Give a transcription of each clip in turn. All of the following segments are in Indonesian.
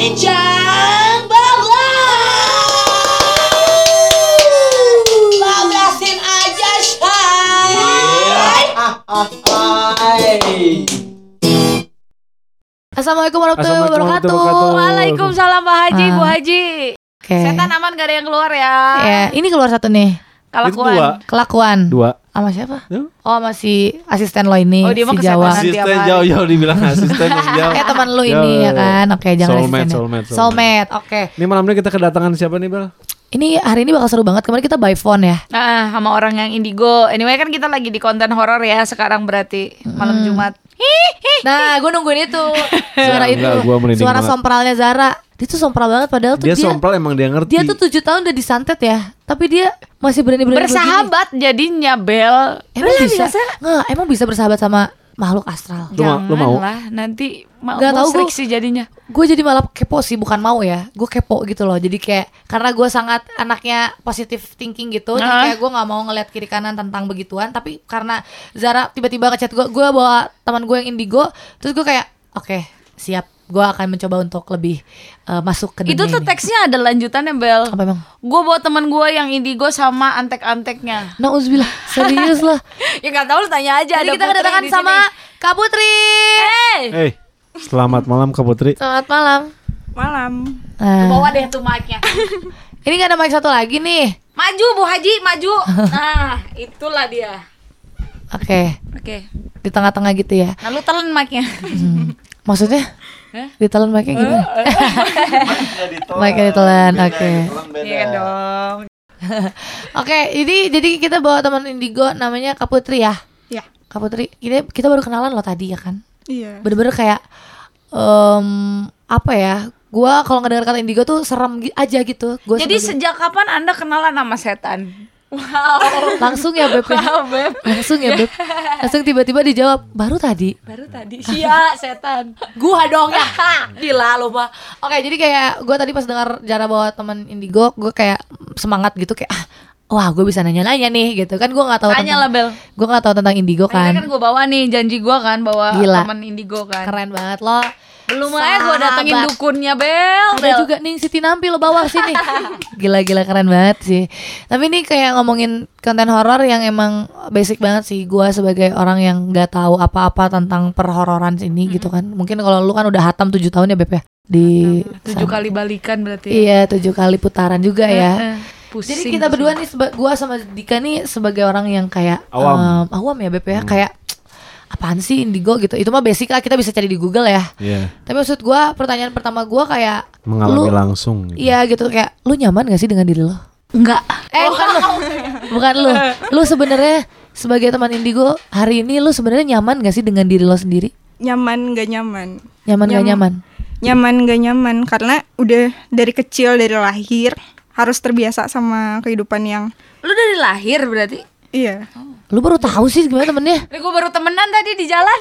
Bincang bablasin aja Shay. Assalamualaikum warahmatullahi wabarakatuh. Waalaikumsalam Pak Haji, Bu Haji. Setan aman gak ada yang keluar ya? Ya, ini keluar satu nih. Kelakuan. 2. Sama siapa? Oh, masih asisten lo ini. Oh, dia mah si Jawa. Asisten jauh dibilang asisten jauh. Teman lo ini ya kan. Oke, jangan soulmate. Oke. Ini malam ini kita kedatangan siapa nih, Bel? Ini hari ini bakal seru banget. Kemarin kita by phone ya. Sama orang yang indigo. Anyway kan kita lagi di konten horor ya sekarang berarti malam Jumat. Nah, gue nungguin itu. Suara itu. Suara sompralnya Zara. Dia tuh sompral banget padahal tuh dia sompral emang dia ngerti. Dia tuh 7 tahun udah disantet ya. Tapi dia masih berani-berani bersahabat begini. Jadinya Bel. Emang bisa bersahabat sama makhluk astral. Lu mau? Lah, nanti mau friksi jadinya. Gue jadi malah kepo sih, bukan mau ya. Gue kepo gitu loh. Jadi kayak karena gue sangat anaknya positive thinking gitu. Jadi kayak gue nggak mau ngeliat kiri kanan tentang begituan. Tapi karena Zara tiba-tiba ngechat gue bawa teman gue yang indigo. Terus gue kayak oke, siap. Gue akan mencoba untuk lebih masuk ke dunia itu tuh ini. Teksnya ada lanjutannya Bel. Apa emang? Gue bawa teman gue yang indigo sama antek-anteknya. Nauzubillah, serius lah. Ya nggak tahu, lu tanya aja. Jadi kita kedatangan sama Kak Putri. Hey, selamat malam Kak Putri. Selamat malam. Bawa deh tuh mic-nya. Ini gak ada mic satu lagi nih. Maju Bu Haji, maju. Nah, itulah dia. Oke. Di tengah-tengah gitu ya. Nah, lu telan mic-nya. Maksudnya? Ditelan mic-nya gimana? Mic-nya ditelan, oke. Iya dong. Oke, ini jadi kita bawa teman indigo namanya Kak Putri ya. Iya. Kak Putri, kita baru kenalan loh tadi ya kan? Iya. Bener-bener kayak apa ya? Gua kalau ngedenger kata indigo tuh serem aja gitu. Jadi sejak kapan Anda kenalan sama setan? Wow. Langsung ya Beb. Langsung ya Beb. Langsung tiba-tiba dijawab baru tadi. Iya, setan. Gua dong ya. Gila lo mah. Oke, jadi kayak gua tadi pas dengar Jara bawa teman indigo, gua kayak semangat gitu kayak wah, gue bisa nanya-nanya nih gitu kan. Gue nggak tahu tanya lah Bel. Gue nggak tahu tentang indigo kan. Kan gue bawa nih, janji gue kan bawa teman indigo kan. Keren banget lo. Belum aja gue datengin dukunnya Bel. Ada juga nih Siti Nampi lo bawa sini. Gila keren banget sih. Tapi ini kayak ngomongin konten horor yang emang basic banget sih. Gue sebagai orang yang nggak tahu apa-apa tentang perhororan ini gitu kan. Mungkin kalau lu kan udah hatam 7 tahun ya Beb ya. Di 7 kali balikan berarti. Iya 7 kali putaran juga ya. Pusing, jadi kita berdua nih, gue sama Dika nih sebagai orang yang kayak awam ya Beb ya. Kayak apaan sih indigo gitu. Itu mah basic lah, kita bisa cari di Google ya. Tapi maksud gue, pertanyaan pertama gue kayak mengalami langsung gitu. Iya gitu, kayak lu nyaman gak sih dengan diri lo? Enggak. Bukan lu. Lu sebenarnya sebagai teman indigo hari ini lu sebenarnya nyaman gak sih dengan diri lo sendiri? Nyaman gak nyaman? Nyaman gak nyaman? Nyaman gak nyaman karena udah dari kecil, dari lahir harus terbiasa sama kehidupan yang. Lu dari lahir berarti? Iya. Lu baru tahu sih gimana temennya? Gue baru temenan tadi di jalan.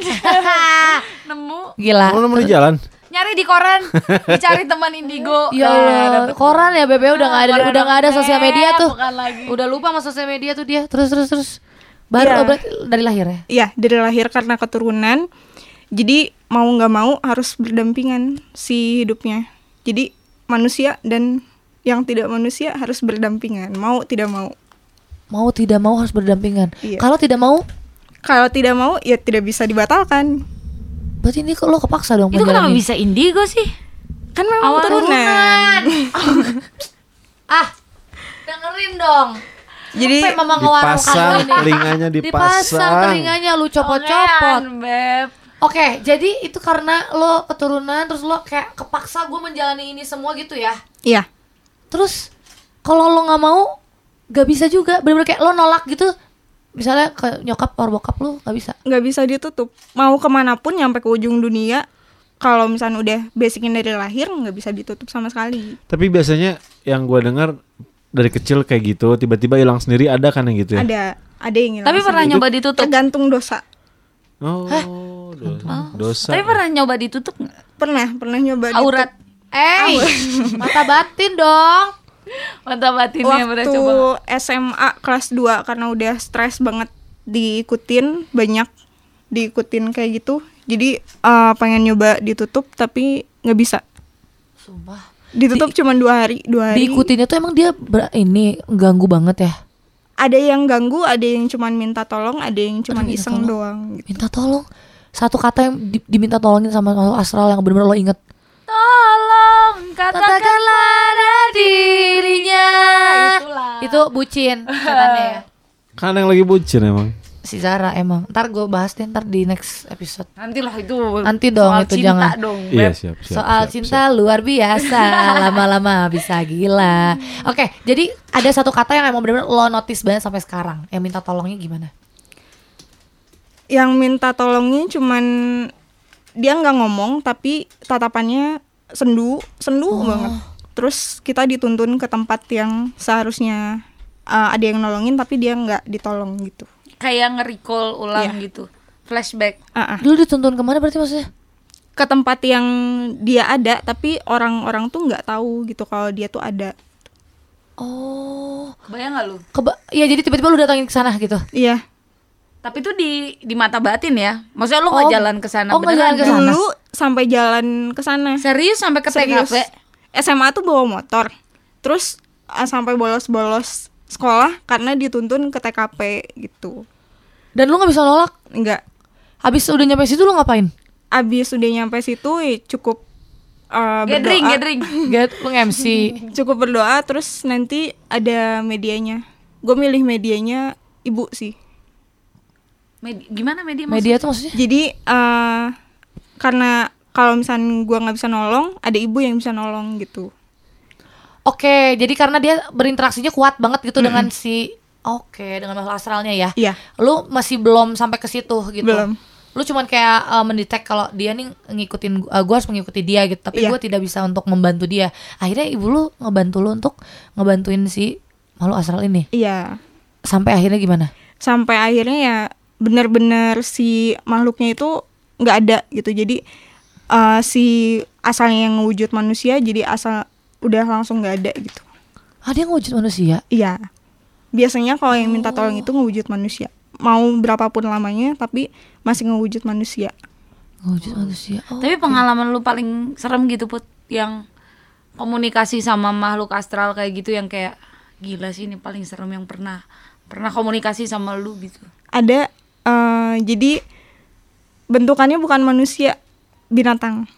Nemu. Gila. Lu nemu di jalan? Nyari di koran, dicari teman indigo. Ya Allah, koran ya Bebe udah nggak ada sosial media tuh. Lagi. Udah lupa sama sosial media tuh dia. Terus. Baru berarti dari lahir ya? Iya, dari lahir karena keturunan. Jadi mau nggak mau harus berdampingan si hidupnya. Jadi manusia dan yang tidak manusia harus berdampingan, mau tidak mau. Mau tidak mau harus berdampingan. Iya. Kalau tidak mau ya tidak bisa dibatalkan. Berarti ini lo kepaksa dong. Itu kenapa bisa indigo sih? Kan memang keturunan. Dengerin dong. Jadi dipasang telinganya, dipasang telinganya, lu copot-copot. Beb. Oke, jadi itu karena lo keturunan terus lo kayak kepaksa gue menjalani ini semua gitu ya? Iya. Terus kalau lo nggak mau, nggak bisa juga. Bener-bener kayak lo nolak gitu. Misalnya ke nyokap atau bokap lo nggak bisa. Nggak bisa ditutup. Mau kemanapun nyampe ke ujung dunia, kalau misalnya udah basicin dari lahir nggak bisa ditutup sama sekali. Tapi biasanya yang gue dengar dari kecil kayak gitu, tiba-tiba hilang sendiri, ada kan yang gitu ya? Ada yang hilang. Tapi pernah nyoba ditutup? Tergantung dosa. Dosa. Tapi pernah nyoba ditutup nggak? Pernah nyoba. Aurat. Mata batin dong. Mata batinnya pernah coba. Waktu SMA kelas 2 karena udah stres banget banyak diikutin kayak gitu. Jadi pengen nyoba ditutup tapi nggak bisa. Sumpah. Ditutup cuma 2 hari. Diikutinnya tuh emang dia ini ganggu banget ya. Ada yang ganggu, ada yang cuma minta tolong, ada yang cuma Minta iseng tolong. doang gitu. Minta tolong. Satu kata yang diminta tolongin sama makhluk astral yang benar-benar lo inget. Tolong katakanlah dirinya. Itulah. Itu bucin katanya ya. Kan yang lagi bucin emang. Si Zara emang. Ntar gue bahas deh ntar di next episode. Nantilah itu. Nanti dong, soal itu cinta jangan. dong. Iya, Beb. siap. Soal cinta luar biasa. Lama-lama bisa gila. Oke, jadi ada satu kata yang emang benar-benar lo notice banget sampai sekarang. Yang minta tolongnya gimana? Yang minta tolongnya cuman dia nggak ngomong tapi tatapannya sendu banget. Terus kita dituntun ke tempat yang seharusnya ada yang nolongin tapi dia nggak ditolong gitu. Kayak nge-recall ulang Iya. gitu. Flashback. Dulu dituntun kemana berarti maksudnya? Ke tempat yang dia ada tapi orang-orang tuh nggak tahu gitu kalau dia tuh ada. Oh, Bayang gak lu? iya jadi tiba-tiba lu datangin ke sana gitu. Iya. Tapi itu di mata batin ya. Maksudnya lu nggak jalan ke sana Oh, nggak jalan beneran? ke sana. Dulu sampai jalan ke sana. Serius sampai ke Serius. TKP? SMA tuh bawa motor. Terus sampai bolos-bolos sekolah karena dituntun ke TKP gitu. Dan lu nggak bisa nolak. Enggak. Habis udah nyampe situ lu ngapain? Abis udah nyampe situ ya cukup berdoa. Gathering. Lu nge-MC. Cukup berdoa terus nanti ada medianya. Gue milih medianya ibu sih. Gimana media maksudnya? Media tuh maksudnya? Jadi karena kalau misalnya gue nggak bisa nolong, ada ibu yang bisa nolong gitu. Oke, jadi karena dia berinteraksinya kuat banget gitu dengan dengan makhluk astralnya ya. Iya. Lu masih belum sampai ke situ gitu. Belum. Lu cuman kayak mendetek kalau dia nih ngikutin gue harus mengikuti dia gitu, tapi Iya. gue tidak bisa untuk membantu dia. Akhirnya ibu lu ngebantu lu untuk ngebantuin si makhluk astral ini. Iya. Sampai akhirnya gimana? Sampai akhirnya ya benar-benar si makhluknya itu nggak ada gitu. Jadi si asalnya yang wujud manusia jadi asal udah langsung nggak ada gitu. Dia ngewujud manusia. Iya. Biasanya kalau yang minta tolong itu ngewujud manusia. Mau berapapun lamanya tapi masih ngewujud manusia. Ngewujud manusia. Oh. Tapi pengalaman lu paling serem gitu Put, yang komunikasi sama makhluk astral kayak gitu, yang kayak gila sih ini paling serem yang pernah komunikasi sama lu gitu. Ada jadi bentukannya bukan manusia, binatang.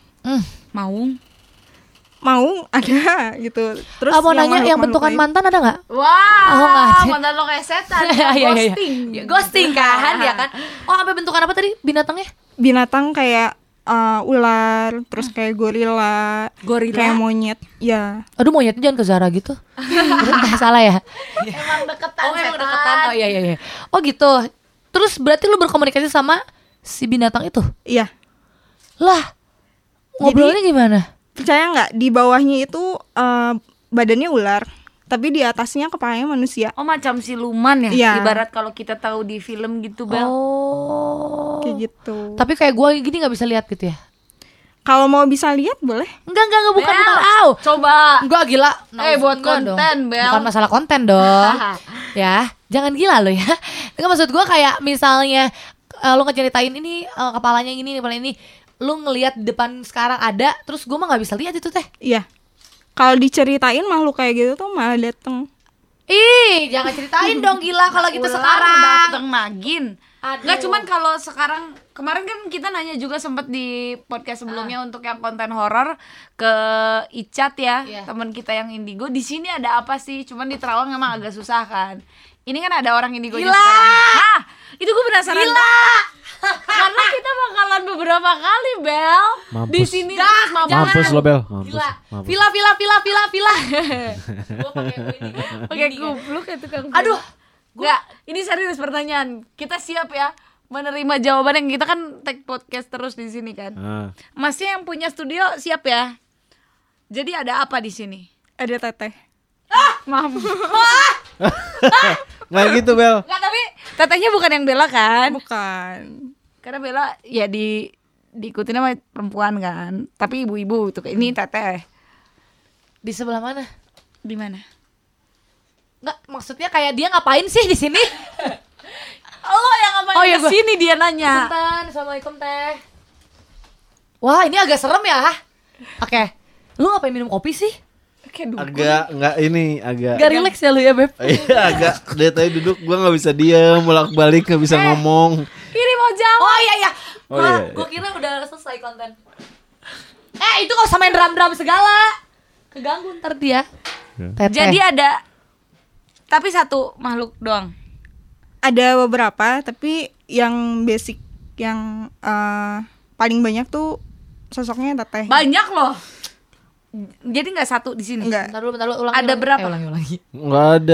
Mau ada gitu. Terus mau nanya yang bentukan mantan ada nggak? Wah, Oh, nggak ada. mantan lo kayak setan. Iya, iya. Ghosting. Ya, ghosting kan ya kan. Oh, sampai bentukan apa tadi binatangnya? Binatang kayak ular, terus kayak gorila, kayak monyet. Ya. Aduh, monyetnya jangan ke Zara gitu. Salah ya? Emang deketan Oh, emang setan. deketan. Oh iya. Oh gitu. Terus berarti lu berkomunikasi sama si binatang itu? Iya. Lah, ngobrolnya gimana? Percaya nggak di bawahnya itu badannya ular, tapi di atasnya kepalanya manusia. Oh, macam siluman ya? Iya. Ibarat kalau kita tahu di film gitu, Bel. Oh. Kayak gitu. Tapi kayak gua gini nggak bisa lihat gitu ya? Kalau mau bisa lihat boleh. Enggak, bukan Bel, tahu. coba. Enggak gila. Buat Enggak dong. konten, Bel. Bukan masalah konten dong. Ya, jangan gila lo ya. Enggak, maksud gua kayak misalnya lu ngeceritain ini kepalanya ini, lu ngelihat di depan sekarang ada, terus gua mah nggak bisa lihat itu teh. Iya. Kalau diceritain makhluk kayak gitu tuh malah dateng. Ih, jangan ceritain dong gila kalau gitu Ular sekarang. dateng nagin. Aduh. Nggak, cuman kalau sekarang, kemarin kan kita nanya juga sempet di podcast sebelumnya untuk yang konten horor ke Icat ya, Iya. teman kita yang indigo. Di sini ada apa sih? Cuman di Terawang emang agak susah kan. Ini kan ada orang indigonya Gila. sekarang. Hah, itu gue penasaran. Gila. Karena kita bakalan beberapa kali, Bel. Mampus. Di sini terus Mampus lo Bel, mampus. Gila. Mampus. Villa. Gua pakai ini. pakai Gini, kupluk ya tukang. Aduh. Nggak, ini serius pertanyaan. Kita siap ya menerima jawaban yang kita kan tag podcast terus di sini kan. Masnya yang punya studio siap ya. Jadi ada apa di sini? Ada teteh. Nggak gitu Bel. Nggak, tapi tetehnya bukan yang Bella kan? Bukan. Karena Bella ya diikutin sama perempuan kan. Tapi ibu-ibu tuh ini teteh. Di sebelah mana? Di mana? Enggak, maksudnya kayak dia ngapain sih di sini? Lo yang ngapain Oh, iya, ke sini dia nanya. Punten, assalamualaikum teh. Wah, ini agak serem ya. Oke. Lu ngapain minum kopi sih? Kayak dukun. Agak nggak ini agak. Gak relax ya lu ya Beb? Iya agak. Dia tadi duduk, gue nggak bisa diem, bolak-balik nggak bisa ngomong. Ini mau jawab. Oh iya iya. Oh, iya, iya. Gue kira udah selesai konten. Itu kok samain drum-drum segala. Keganggu ntar dia. Teteh. Jadi ada tapi satu makhluk doang. Ada beberapa, tapi yang basic, yang paling banyak tuh sosoknya teteh. Banyak loh. Jadi nggak satu di sini. Enggak. Bentar dulu ulangi. Ada berapa? Ulangi. Nggak ada.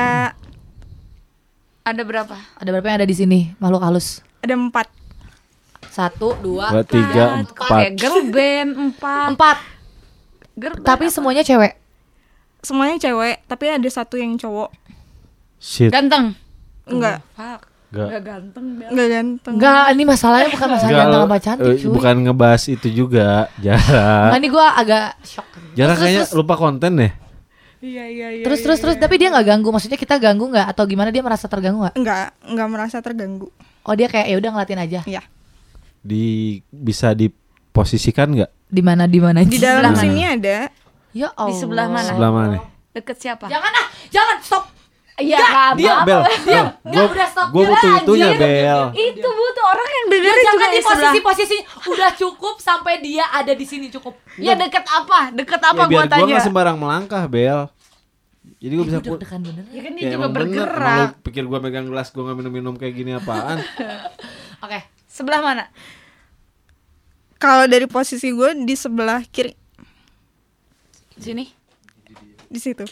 Ada berapa? Ada berapa yang ada di sini makhluk halus? Ada 4. 1, 2, 2, 3, 4. Kayak girl band 4. 4. Tapi semuanya cewek. Semuanya cewek, tapi ada satu yang cowok. Shit. Ganteng. Enggak. Fuck. Nggak. Enggak ganteng. Bel. Enggak ganteng. Enggak, ini masalahnya bukan masalah Nggak, ganteng apa cantik cuy. bukan ngebahas itu juga, Enggak, Jara. ini gue agak shock. Jara Terus, kayaknya terus, lupa konten deh. Iya. terus, tapi dia nggak ganggu. Maksudnya kita ganggu nggak atau gimana? Dia merasa terganggu nggak? Enggak merasa terganggu. Oh dia kayak ya udah ngeliatin aja. Iya. Bisa diposisikan nggak? Di mana Di dalam mana? sini ada. Ya Allah. Di sebelah mana? Sebelah mana nih? Deket siapa? Jangan stop. Iya kan. Dia Bel. Nggak, udah stop. Gue butuh Anjir. itunya Bel. Itu butuh orang yang Dia dengerin jangan juga di di sebelah. posisi udah cukup sampai dia ada di sini cukup. Ya deket apa? Deket apa Ya, gua biar gue tanya? nggak sembarang melangkah Bel. Jadi gue bisa Udah dekan bener. Ya kan dia Ya juga emang bener. Emang bergerak. lu pikir gue megang gelas gue nggak minum kayak gini apaan? Oke. Sebelah mana? Kalau dari posisi gue di sebelah kiri, Sini. di situ.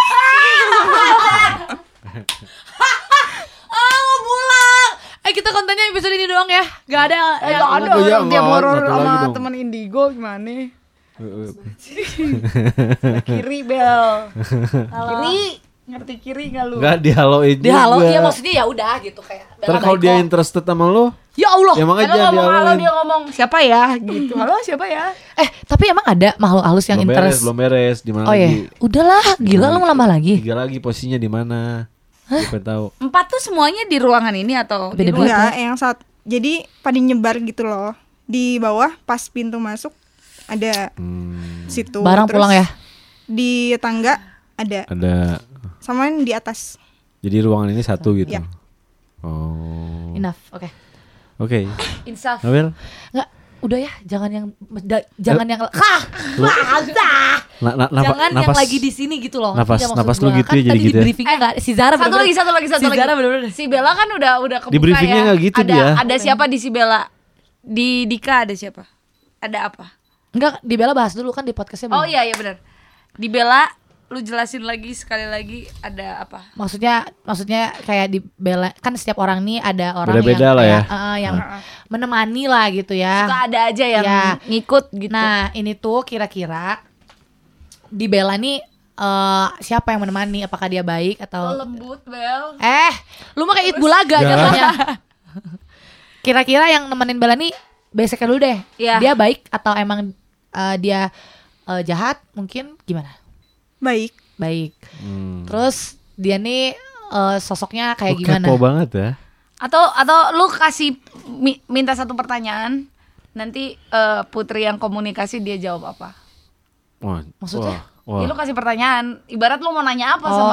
Mau pulang. Kita kontennya episode ini doang ya. Gak ada yang Gak ada Oh, iya, orang dia nggak, horor satu lagi sama dong. teman Indigo gimana? Kiri Bel. Kiri. Ngerti kiri gak lu? Nggak dihaloin juga. Dia halo, iya maksudnya ya udah gitu kayak. Ntar kalau dia interested sama lo, Ya Allah. ya makanya Kalau jangan ngomong halo dihaloin. dia ngomong siapa ya gitu. Halo siapa ya? Tapi emang ada makhluk halus yang interest. Belum beres. Di mana Oh ya, lagi? udahlah, gila lu ngelambah lagi. 3 lagi posisinya di mana? Gue pengen tahu. 4 tuh semuanya di ruangan ini atau di Beda-beda. luar? Enggak, yang saat. Jadi pada nyebar gitu loh. Di bawah pas pintu masuk ada situ. Barang Terus pulang ya. Di tangga ada. Ada. Sama yang di atas. Jadi ruangan ini satu gitu. Iya. Oh. Enough, oke. Oke. Insaf. Abel. Nggak, udah ya, jangan yang jangan yang jangan yang lagi di sini gitu loh. Napas- Ngerti nggak napas maksud lu gua? gitu Kan ya, jadi tadi gitu di ya. briefingnya nggak si Zara Satu lagi. Si Zara bener-bener. Si Bella kan udah kebuka Di briefingnya ya. nggak gitu ada, dia. Ada siapa di si Bella? Di Dika ada siapa? Ada apa? Enggak, di Bella bahas dulu kan di podcastnya. Oh belum. iya benar. Di Bella lu jelasin lagi sekali lagi ada apa? Maksudnya kayak di Bella kan setiap orang nih ada orang Beda-beda yang lah ya. kayak, yang menemani lah gitu ya. Suka ada aja yang Ya. ngikut gitu. Nah ini tuh kira-kira di Bella nih siapa yang menemani? Apakah dia baik atau? lembut Bel. Lu mah kayak It Bulaga jatuhnya. Kira-kira yang nemenin Bella nih basicnya dulu deh. Iya. Dia baik atau emang dia jahat? Mungkin gimana? Baik. Baik. Terus dia nih sosoknya kayak Lu gimana? kepo banget ya. Atau lu kasih minta satu pertanyaan. Nanti Putri yang komunikasi dia jawab apa? Wah, Maksudnya? Wah. Ya, lu kasih pertanyaan. Ibarat lu mau nanya apa Oh.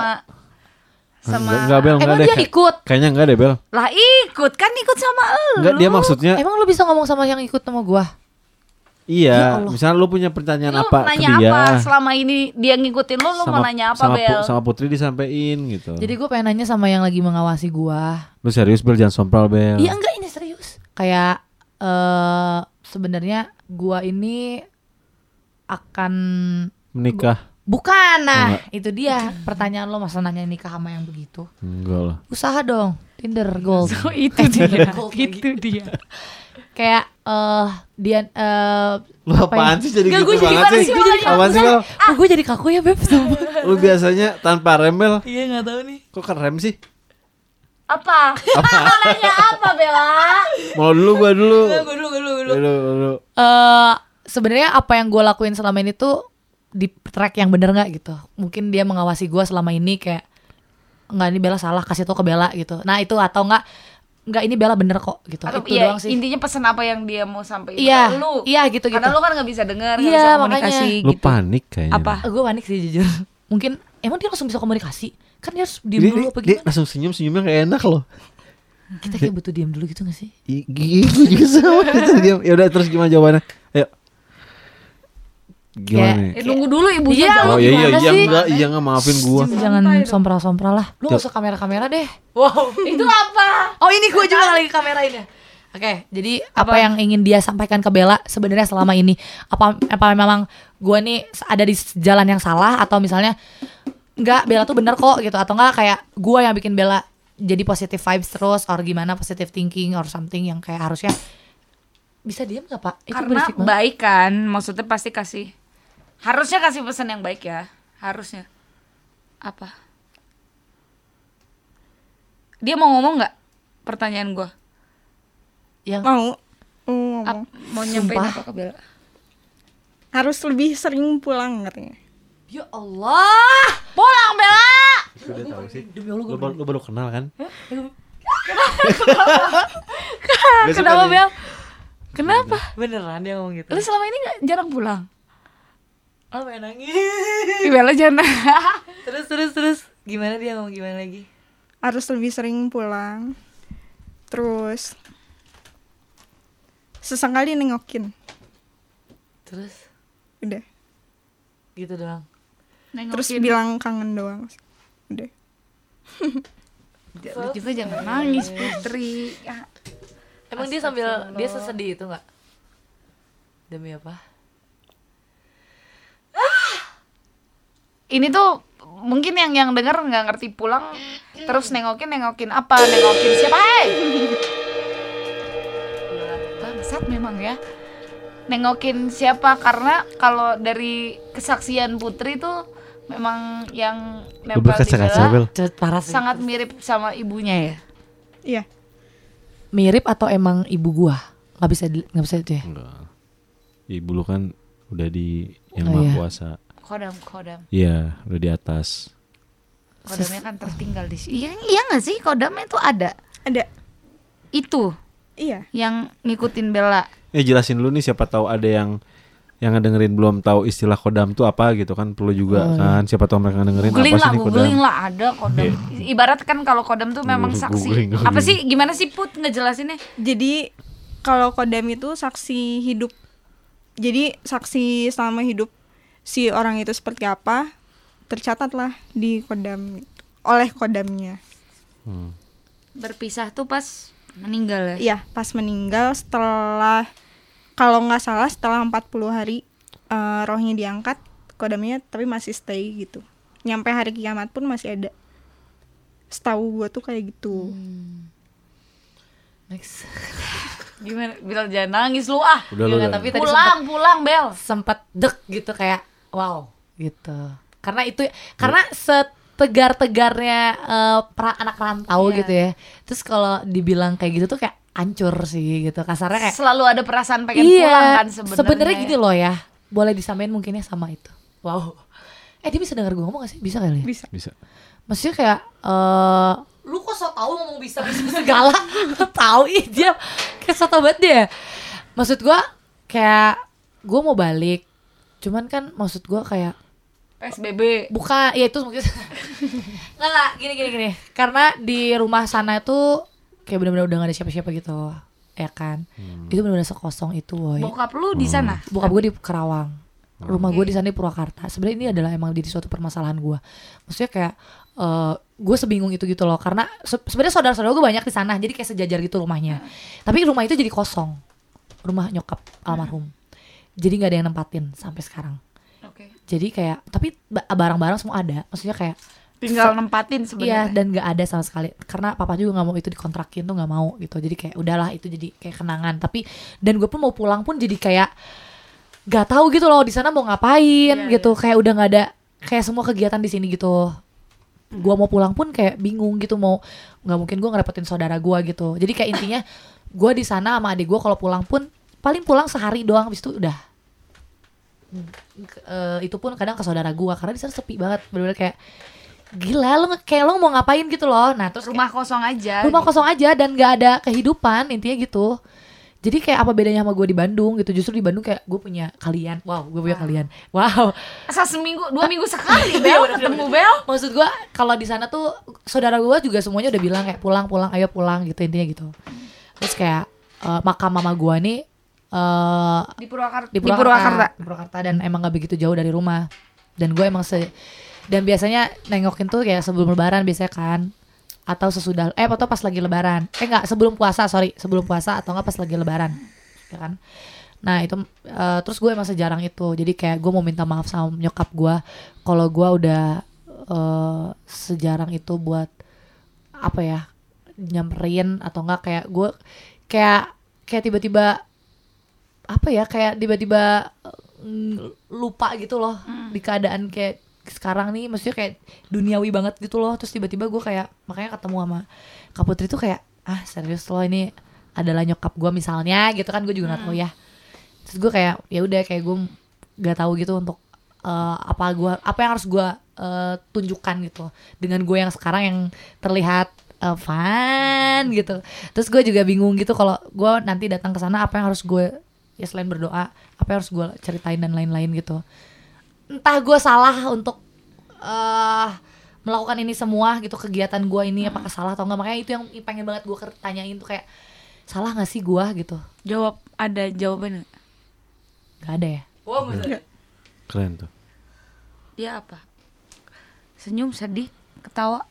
Enggak Bel, enggak Emang deh. dia ikut? Kayaknya enggak deh Bel. Lah ikut sama lu. Enggak, dia maksudnya Emang lu bisa ngomong sama yang ikut sama gua? Ya iya. Allah. Misalnya lu punya pertanyaan Lu apa ke nanya dia? apa selama ini dia ngikutin lu mau nanya apa sama Bel? sama Putri disampein gitu. Jadi gue pengen nanya sama yang lagi mengawasi gua. Lu serius Bel, jangan sompral Bel. Iya enggak, ini serius. Kayak sebenarnya gua ini akan Menikah. bukan. Nah, itu dia pertanyaan lo, masa nanya nikah sama yang begitu. Enggak lah. Usaha dong, Tinder Gold. Oh, itu dia. Gold Itu dia. Kayak dia Lu apaan sih jadi Nggak, gitu gue jadi banget gimana sih? sih? Gue jadi Apaan sih Bel? gue jadi kaku ya Beb, sumpah. Lu biasanya tanpa rem Bel. Iya nggak tahu nih. Kok kerem sih? Apa? Mau nanya apa Bella? Mau dulu gua dulu. Gue dulu. Dulu. Sebenarnya apa yang gue lakuin selama ini tuh di track yang bener nggak gitu. Mungkin dia mengawasi gue selama ini kayak nggak, ini Bella salah, kasih tau ke Bella gitu. Nah itu atau nggak nggak ini Bella bener kok gitu. Atau Itu iya, doang sih. intinya pesan apa yang dia mau sampaikan Iya, ke lu. iya gitu. Karena lu kan nggak bisa dengar, nggak Iya, bisa komunikasi Lu gitu. panik kayaknya. Apa? Gue panik sih jujur. Mungkin emang dia langsung bisa komunikasi. Kan dia harus diem Dia, dulu apa dia gimana? langsung senyumnya kayak enak loh. Kita kayak butuh diem dulu gitu gak sih? Gue juga sama. Diam. Ya udah terus gimana jawabannya? Ayo. Gimana nih? Nunggu dulu ibunya Iya, jawab. Oh iya gimana sih? enggak maafin gua. Jangan sompral-sompral lah. Lu gak usah kamera-kamera deh. Wow. Itu apa? Oh ini gue juga lagi kamerain ya. Oke, jadi apa yang ingin dia sampaikan ke Bella sebenarnya selama ini? Apa memang gue nih ada di jalan yang salah atau misalnya enggak, Bella tuh bener kok gitu, atau enggak kayak gue yang bikin Bella jadi positive vibes terus or gimana, positive thinking or something yang kayak harusnya bisa diam gak Pak? Itu Karena berisik banget. baik kan, maksudnya pasti harusnya kasih pesan yang baik ya, harusnya. Apa? Dia mau ngomong nggak? Pertanyaan gue. Yang Mau ngomong. Mau nyampein Sumpah. apa ke Bella? Harus lebih sering pulang katanya. ya Allah. Pulang Bella! Udah tahu sih. Demi Allah gue Lu baru kenal kan? Kenapa Bel? Kenapa? beneran dia ngomong gitu. Lu selama ini jarang pulang? Oh pengen nangis. Ih, Bella jangan. terus gimana dia ngomong gimana lagi? Harus lebih sering pulang. Terus sesekali nengokin. Terus Udah. gitu doang. Terus bilang kangen doang. Udah. Lu juga jangan nangis Putri. Ya. Emang dia dia sesedih itu nggak? Demi apa? Ini tuh mungkin yang denger nggak ngerti pulang terus nengokin apa, nengokin siapa? Hey! Bangsat memang ya. Nengokin siapa, karena kalau dari kesaksian Putri tuh memang yang Lu nempel di berkaca-kaca, Bella Bel. Parah sih. sangat mirip sama ibunya ya. Iya. Mirip atau emang ibu gua? Nggak bisa itu ya. Enggak. Ibu lu kan udah di yang Oh, Maha iya. Kuasa. Kodam. Iya, udah di atas. Kodamnya kan tertinggal di sini. Iya nggak sih, kodamnya tuh ada. Ada. Itu Iya. yang ngikutin Bella. Jelasin dulu nih, siapa tahu ada yang ngedengerin belum tahu istilah kodam tuh apa gitu kan, perlu juga kan, siapa tahu mereka ngedengerin apa sih nih kodam. Googling lah, ada kodam. Ibarat kan kalau kodam tuh memang saksi. Googling. Apa sih, gimana sih Put ngejelasinnya? Jadi kalau kodam itu saksi hidup. Jadi saksi selama hidup si orang itu seperti apa, tercatatlah di kodam oleh kodamnya. Berpisah tuh pas meninggal ya. Iya, pas meninggal setelah, kalau nggak salah setelah 40 hari rohnya diangkat, kodamnya tapi masih stay gitu. Nyampe hari kiamat pun masih ada. Setahu gua tuh kayak gitu. Next. Gimana? Bilang jangan nangis lu ah. Udah lu. Iya, tapi tadi Pulang Bel. sempat dek gitu kayak wow gitu. Karena setegar-tegarnya anak rantau gitu ya. Terus kalau dibilang kayak gitu tuh kayak hancur sih gitu. Kasarnya kayak Selalu ada perasaan pengen pulang kan sebenarnya. Sebenarnya gini loh ya. Boleh disamain mungkinnya sama itu. Wow. Dia bisa dengar gue ngomong gak sih? Bisa kali ya? Bisa. Maksudnya kayak lu kok so tau ngomong bisa segala. Tahu dia kayak so tau banget dia. Maksud gue kayak gue mau balik. Cuman kan maksud gue kayak PSBB. bukan, ya itu mungkin nggak gini. Karena di rumah sana itu kayak benar-benar udah gak ada siapa-siapa gitu, ya kan? Itu benar-benar sekosong itu, woy. Bokap lu di sana. Bokap gue di Kerawang, rumah gue di sana di Purwakarta. Sebenarnya ini adalah emang jadi suatu permasalahan gue. Maksudnya kayak gue sebingung itu gitu loh, karena sebenarnya saudara-saudara gue banyak di sana, jadi kayak sejajar gitu rumahnya. Tapi rumah itu jadi kosong, rumah nyokap almarhum. Jadi nggak ada yang nempatin sampai sekarang. Oke. Jadi kayak tapi barang-barang semua ada, maksudnya kayak Tinggal nempatin iya, sebenarnya. dan nggak ada sama sekali karena papa juga nggak mau itu dikontrakin, tuh nggak mau gitu. Jadi kayak udahlah, itu jadi kayak kenangan. Tapi dan gue pun mau pulang pun jadi kayak nggak tahu gitu loh di sana mau ngapain gitu. Kayak udah nggak ada kayak semua kegiatan di sini gitu. Gue mau pulang pun kayak bingung gitu, mau nggak mungkin gue ngerepotin saudara gue gitu. Jadi kayak intinya gue di sana sama adik gue kalau pulang pun paling pulang sehari doang, habis itu udah. Itu pun kadang ke saudara gue karena di sana sepi banget, bener-bener kayak gila lu kayak lu mau ngapain gitu loh. Nah terus Rumah kosong aja. rumah kosong aja dan gak ada kehidupan intinya gitu. Jadi kayak apa bedanya sama gue di Bandung gitu. Justru di Bandung kayak gue punya kalian. Wow, gue punya kalian. Wow. Asal seminggu, 2 minggu sekali Bel ketemu Bel. Maksud gue kalau di sana tuh saudara gue juga semuanya udah bilang kayak pulang, ayo pulang gitu intinya gitu. Terus kayak makam mama gue nih Di Purwakarta. di Purwakarta dan emang gak begitu jauh dari rumah. Dan gue emang dan biasanya nengokin tuh kayak sebelum lebaran biasanya kan, atau sesudah atau pas lagi lebaran. Enggak, sebelum puasa atau enggak pas lagi lebaran. Ya kan? Nah, itu terus gue emang sejarang itu. Jadi kayak gue mau minta maaf sama nyokap gue kalau gue udah sejarang itu buat apa ya? Nyamperin atau enggak kayak gue kayak tiba-tiba apa ya? Kayak tiba-tiba lupa gitu loh di keadaan kayak sekarang nih, maksudnya kayak duniawi banget gitu loh. Terus tiba-tiba gue kayak makanya ketemu sama Kak Putri tuh kayak serius loh ini adalah nyokap gue misalnya gitu kan, gue juga nggak tahu ya. Terus gue kayak ya udah kayak gue nggak tahu gitu untuk apa yang harus gue tunjukkan gitu dengan gue yang sekarang yang terlihat fun gitu. Terus gue juga bingung gitu kalau gue nanti datang ke sana apa yang harus gue ya selain berdoa apa yang harus gue ceritain dan lain-lain gitu. Entah gue salah untuk melakukan ini semua gitu, kegiatan gue ini apakah salah atau enggak. Makanya itu yang pengen banget gue tanyain tuh kayak salah gak sih gue gitu. Ada jawabannya? Gak ada ya? Oh, bener. Keren tuh. Dia apa? Senyum, sedih, ketawa.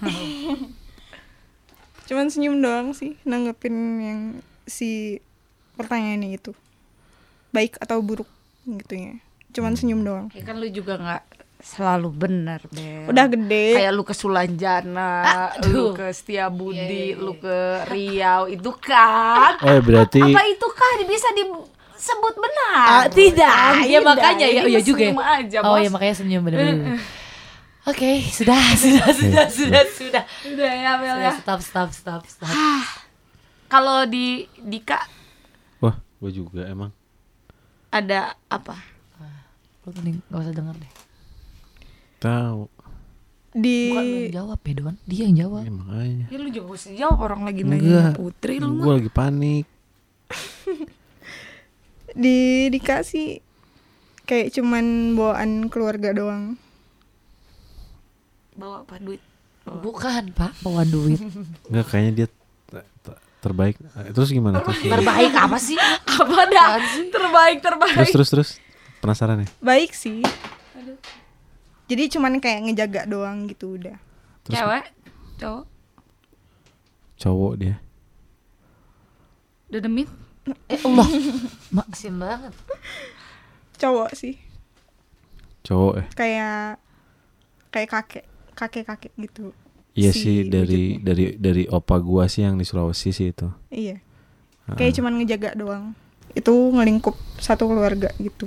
Cuman senyum doang sih nanggepin yang si pertanyaannya itu, baik atau buruk gitunya. Cuman senyum doang. Ya kan lu juga gak selalu benar, Bel. Udah gede. Kayak lu ke Sulanjana, lu ke Setiabudi, lu ke Riau, itu kan. Oh berarti Apa itu kan bisa disebut benar? Tidak, ya makanya ya, ini ya juga. senyum aja, Oh Bos. ya makanya senyum bener-bener. Oke, sudah. Udah ya, Bel ya. Stop. Kalau di Dika wah gue juga emang ada apa? Lu mending gak usah denger deh. tahu. Bukan lu yang jawab ya Don, dia yang jawab. Ya, makanya. Ya lu juga mesti jawab, orang lagi nanya Enggak. Putri lu Gue lagi panik. Dikasih kayak cuman bawaan keluarga doang. bawa apa duit? Bukan Pak, bawa duit. Enggak, kayaknya dia terbaik. Terus gimana tuh? Terbaik apa sih? Apa dah? Terbaik. Terus penasaran ya? Baik sih. Jadi cuman kayak ngejaga doang gitu udah. Terus Cewek? Cowok? cowok dia. Udah demit? Allah, maksim banget. Cowok sih. Cowok ya? Kayak kakek gitu. Iya Si sih wujudnya. dari opa gua sih yang di Sulawesi sih itu. Iya. Kayak cuman ngejaga doang. Itu ngelingkup satu keluarga gitu.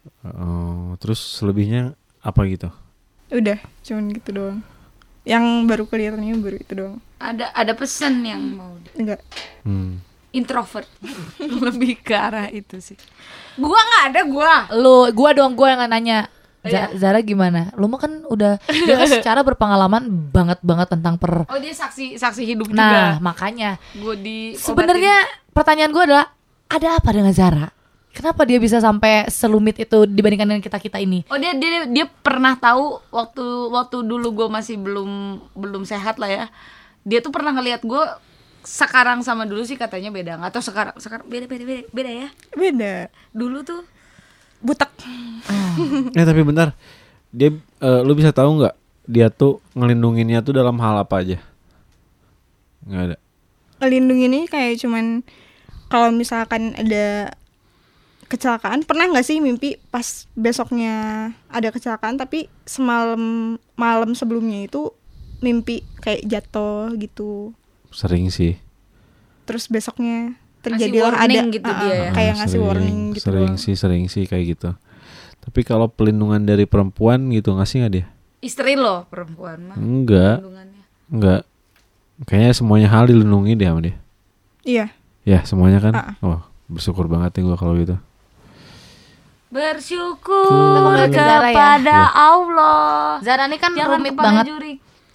Terus selebihnya apa gitu? Udah, cuman gitu doang. Yang baru kelihatannya baru itu doang. Ada pesan yang mau Enggak. introvert. Lebih ke arah itu sih. Gua nggak ada Gua yang nanya. Zara gimana? Lu mah kan udah dia kan secara berpengalaman banget tentang Oh dia saksi hidup Nah, juga. makanya Gue di sebenarnya pertanyaan gue adalah ada apa dengan Zara? Kenapa dia bisa sampai selumit itu dibandingkan dengan kita ini? Oh dia pernah tahu waktu dulu gue masih belum sehat lah ya. Dia tuh pernah ngelihat gue sekarang sama dulu sih katanya beda. Nggak tahu sekarang beda ya. Beda. Dulu tuh Butek. Tapi bentar. Dia lu bisa tahu nggak dia tuh ngelindunginnya tuh dalam hal apa aja? Nggak ada. Ngelindunginnya kayak cuman kalau misalkan ada kecelakaan, pernah nggak sih mimpi pas besoknya ada kecelakaan tapi malam sebelumnya itu mimpi kayak jatuh gitu. Sering sih. Terus besoknya ngasih terjadilah ada warning gitu dia ya. kayak ngasih warning gitu. Sering sih kayak gitu. Tapi kalau pelindungan dari perempuan gitu ngasih nggak dia? Istri lo perempuan mah. Enggak. Perlindungannya. Enggak. Kayaknya semuanya hal dilindungi dia sama dia. Iya. Ya semuanya kan. Oh bersyukur banget ya gue kalau gitu. Bersyukur Kita Zara ya. kepada Allah. Zara ini kan Jangan rumit kepada banget. juri.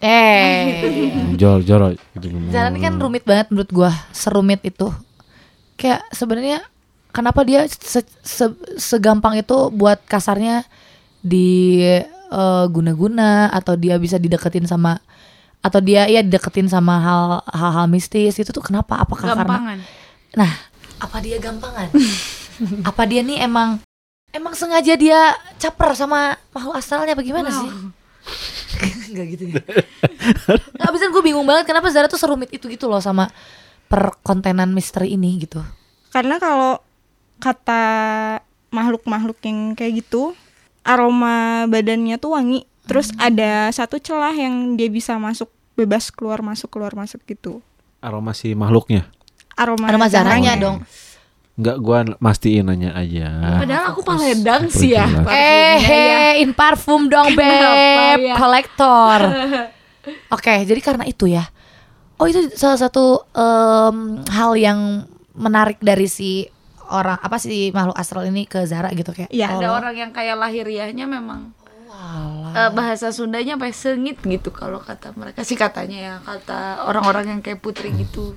Jorok gitu. Zara ini kan rumit banget menurut gua, serumit itu. Kayak sebenarnya kenapa dia segampang itu buat kasarnya di guna-guna atau dia bisa dideketin sama atau dia ya dideketin sama hal-hal mistis itu tuh kenapa? Apakah Gampangan. karena apa dia gampangan? Apa dia nih emang sengaja dia caper sama makhluk astralnya bagaimana sih? Enggak gitu ya. Nggak bisa, gue bingung banget kenapa Zara tuh serumit itu gitu loh sama perkontenan misteri ini gitu. Karena kalau kata makhluk-makhluk yang kayak gitu, aroma badannya tuh wangi. Terus ada satu celah yang dia bisa masuk, bebas keluar masuk gitu. Aroma si makhluknya. Aroma Zaranya dong. Enggak, gua mastiin nanya aja. Padahal aku paledang sih ya. In parfum dong Kenapa beb, ya? kolektor. Oke, jadi karena itu ya. Oh, itu salah satu hal yang menarik dari si orang apa sih makhluk astral ini ke Zara gitu kayak. Iya. Ada orang yang kayak lahiriahnya memang bahasa Sundanya apa ya, sengit gitu kalau kata mereka sih, katanya ya, kata orang-orang yang kayak Putri gitu.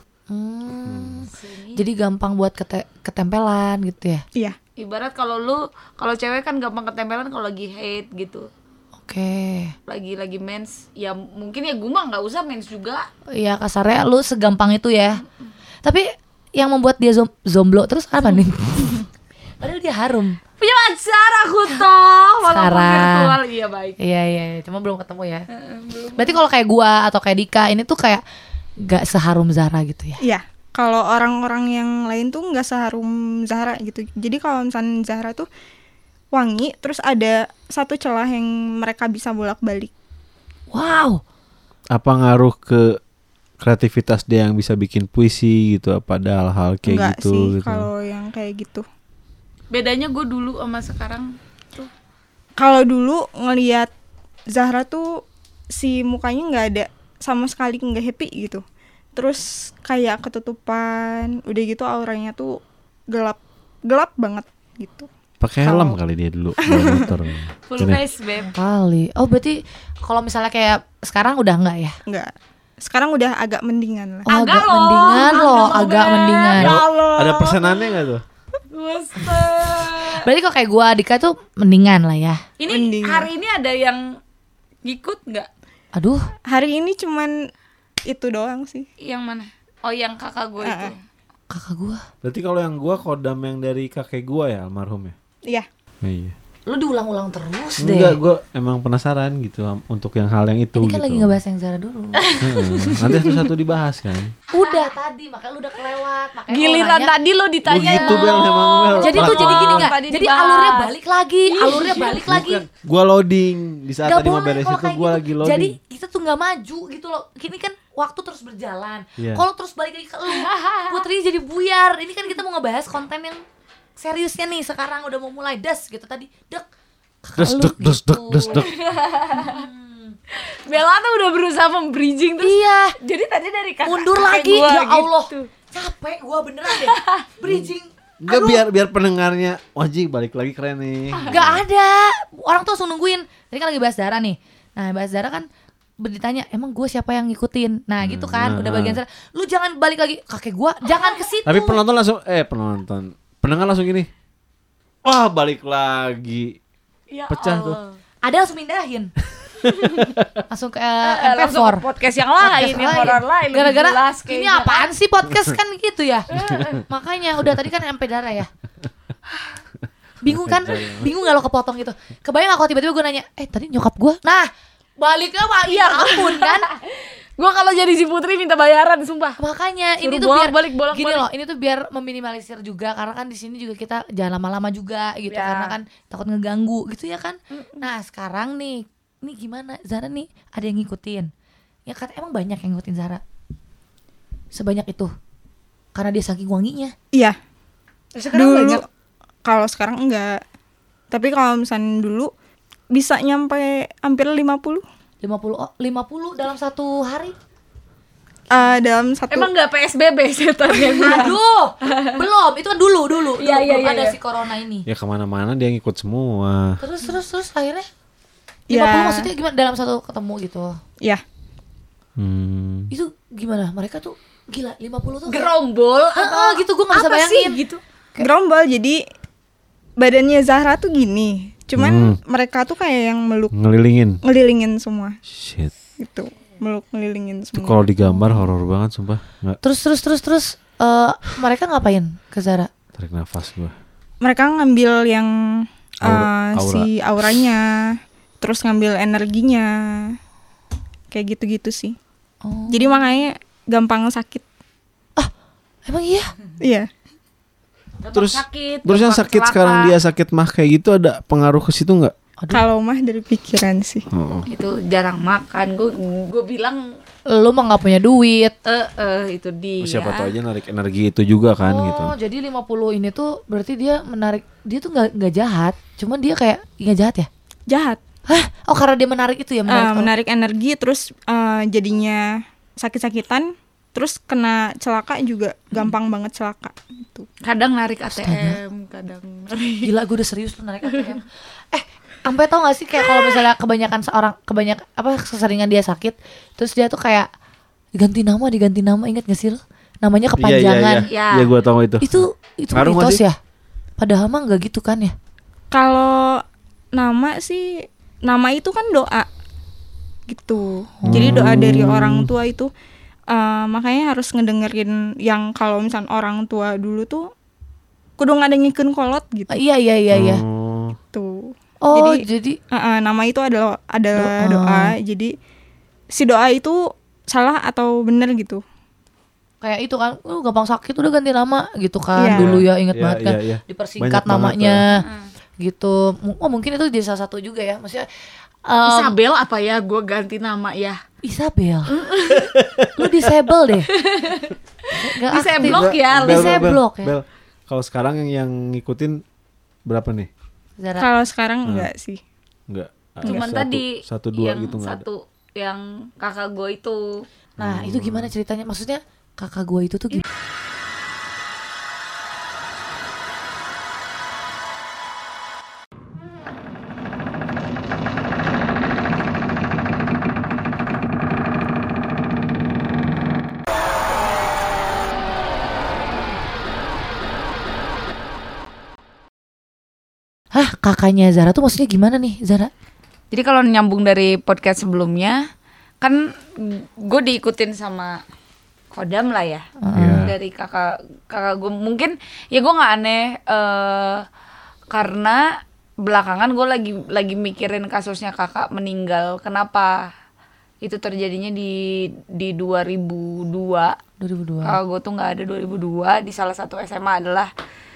Jadi gampang buat ketempelan gitu ya. Iya. Ibarat kalau cewek kan gampang ketempelan kalau lagi hate gitu. Oke. Lagi mens, ya mungkin ya gue mah nggak usah mens juga. Iya, kasarnya lu segampang itu ya. Tapi yang membuat dia zomblo terus apa nih? Padahal dia harum. Punya pacar aku toh, walaupun Sekarang. virtual. Iya baik. Iya, cuma belum ketemu ya. Berarti kalau kayak gua atau kayak Dika ini tuh kayak gak seharum Zara gitu ya. Iya. Kalau orang-orang yang lain tuh nggak seharum Zahra gitu. Jadi kalau misalnya Zahra tuh wangi, terus ada satu celah yang mereka bisa bolak-balik. Wow. Apa ngaruh ke kreativitas dia yang bisa bikin puisi gitu, apa ada hal-hal kayak Enggak gitu sih gitu. kalau yang kayak gitu. Bedanya gue dulu sama sekarang tuh. Kalau dulu ngelihat Zahra tuh si mukanya nggak ada sama sekali, nggak happy gitu. Terus kayak ketutupan, udah gitu auranya tuh gelap banget gitu. Pakai helm kali dia dulu bawa motor. Full Gini. face babe. Kali. Oh, berarti kalau misalnya kayak sekarang udah enggak ya? Nggak. Sekarang udah agak mendingan lah. Oh, Agak loh, mendingan loh, agak agak loh, mendingan. Ada persenannya nggak tuh? Berarti kalau kayak gua Dika tuh mendingan lah ya. Ini Mendingan. hari ini ada yang ngikut nggak? Aduh, Hari ini cuman itu doang sih. Yang mana? Oh, yang kakak gue itu. kakak gua. Berarti kalau yang gua kodam yang dari kakek gua ya, almarhum ya. Iya. Oh, iya. Lu diulang-ulang terus deh. Enggak, gua emang penasaran gitu untuk yang hal yang itu Ini kan gitu. lagi ngebahas yang Zara dulu. Heeh. Nanti satu-satu dibahas kan. Udah tadi, makanya lu udah kelewat. Makanya Giliran kalau nanya- tadi lo ditanya. Oh gitu Bel, emang Bel. Jadi tuh jadi gini nggak? Tadi Jadi dibahas. alurnya balik lagi, alurnya balik lagi. Bukan, gua loading di saat Gak tadi mau boleh beres kalau itu kayak gua gitu. lagi loading. Jadi kita tuh nggak maju gitu loh. Kini kan waktu terus berjalan. Iya. Kalau terus balik lagi ke lu, Putri jadi buyar. Ini kan kita mau ngebahas konten yang seriusnya nih. Sekarang udah mau mulai gitu tadi. Dek. Des Kakak lu dek des gitu. dek. Bella tuh udah berusaha membridging terus. Iya. Jadi tadi dari kakak Mundur kakek lagi. gua Ya Allah. gitu. Capek gua beneran deh. Bridging. Enggak, biar pendengarnya wajib balik lagi keren nih. Gak ada. Orang tuh langsung nungguin. Tadi kan lagi bahas Zara nih. Nah, bahas Zara kan ditanya, emang gue siapa yang ngikutin? Nah, gitu kan. Udah bagian Zara. Lu jangan balik lagi kakek gue. Jangan ke situ. Tapi pendengar langsung gini. Wah, balik lagi. Ya Pecah tuh. Allah. Ada langsung mindahin. Langsung ke Langsung MP4. ke podcast yang lain, yang horor lain. lebih Gara-gara jelas ini kayaknya. apaan sih podcast kan gitu ya. Makanya udah tadi kan MP darah ya. Bingung kan? Bingung gak lo kepotong gitu? Kebayang gak kalau tiba-tiba gue nanya, tadi nyokap gue? Nah, baliknya Pak, iya ampun kan? Gue kalau jadi si Putri minta bayaran, sumpah. Makanya ini Suruh tuh biar bolak-balik. gini loh, ini tuh biar meminimalisir juga karena kan di sini juga kita jangan lama-lama juga gitu Ya. karena kan takut ngeganggu gitu ya kan. Nah, sekarang nih gimana Zara nih ada yang ngikutin. Ya kan emang banyak yang ngikutin Zara. Sebanyak itu. Karena dia saking wanginya. Iya. Sekarang Dulu banyak. kalau sekarang enggak. Tapi kalau misalnya dulu bisa nyampe hampir 50. 50 dalam satu hari. dalam satu Emang nggak PSBB setannya? Aduh, belum. Itu kan dulu. Iya, belum iya, ada iya. si corona ini. Ya kemana-mana dia ngikut semua. Terus akhirnya 50 Ya. maksudnya gimana dalam satu ketemu gitu. ya Itu gimana? Mereka tuh gila 50 tuh kayak- Gerombol gitu gue nggak bisa apa sih bayangin. gitu? gerombol. Jadi badannya Zahra tuh gini, cuman mereka tuh kayak yang ngelilingin semua Shit. gitu, ngelilingin Itu semua. kalau digambar horor banget sumpah. Nggak Terus mereka ngapain ke Zara? tarik nafas gua. Mereka ngambil yang Aura. si auranya, terus ngambil energinya, kayak gitu-gitu sih. Oh. Jadi makanya gampang sakit. Emang iya? Iya. Terus sakit, terus yang gampang sakit celaka. sekarang dia sakit mah kayak gitu ada pengaruh ke situ nggak? Kalau mah dari pikiran sih. Oh. Itu jarang makan. Gue bilang Lu mah nggak punya duit. itu dia. Siapa tahu aja narik energi itu juga kan gitu. Oh, jadi 50 ini tuh berarti dia menarik. Dia tuh nggak jahat, cuman dia kayak nggak jahat ya? Jahat. Hah? Oh, karena dia menarik itu ya, Menarik energi, terus jadinya sakit-sakitan, terus kena celaka juga gampang banget celaka gitu. Kadang narik ATM, kadang narik. Gila, gue udah serius lu narik ATM. Sampai tau gak sih kayak kalau misalnya kebanyakan keseringan dia sakit, terus dia tuh kayak diganti nama, ingat gak sih lu? Namanya kepanjangan. Ya. Iya gua tahu itu. Itu Ngaruh nggak mitos sih? ya? Padahal mah gak gitu kan ya? Kalau nama sih, nama itu kan doa gitu. Jadi doa dari orang tua itu, makanya harus ngedengerin yang kalau misalnya orang tua dulu tuh kudu ngadengikeun kolot gitu. Iya. Oh. Tuh. Oh, jadi Nama itu adalah doa. Jadi si doa itu salah atau benar gitu. kayak itu kan, gampang sakit udah ganti nama gitu kan. Iya. Dulu ya inget Iya, banget kan, iya. dipersingkat Banyak banget namanya gitu. Oh, mungkin itu jadi salah satu juga ya, maksudnya Isabel apa ya? Gue ganti nama ya. Isabel. Lu disable deh. Nggak aktif. Diseblok ya. Diseblok ya. Bel. Kalau sekarang yang ngikutin berapa nih? Zara. Kalau sekarang enggak sih. Enggak. Cuman tadi satu dua yang gitu nggak ada. satu yang kakak gue itu. Nah, itu gimana ceritanya? Maksudnya kakak gue itu tuh gimana? Hah, kakaknya Zara tuh maksudnya gimana nih, Zara? Jadi kalau nyambung dari podcast sebelumnya, kan gue diikutin sama Kodam lah ya. Iya. Dari kakak gue, mungkin ya gue nggak aneh karena belakangan gue lagi mikirin kasusnya kakak meninggal. Kenapa itu terjadinya di 2002? 2002. Kakak gue tuh nggak ada 2002 di salah satu SMA adalah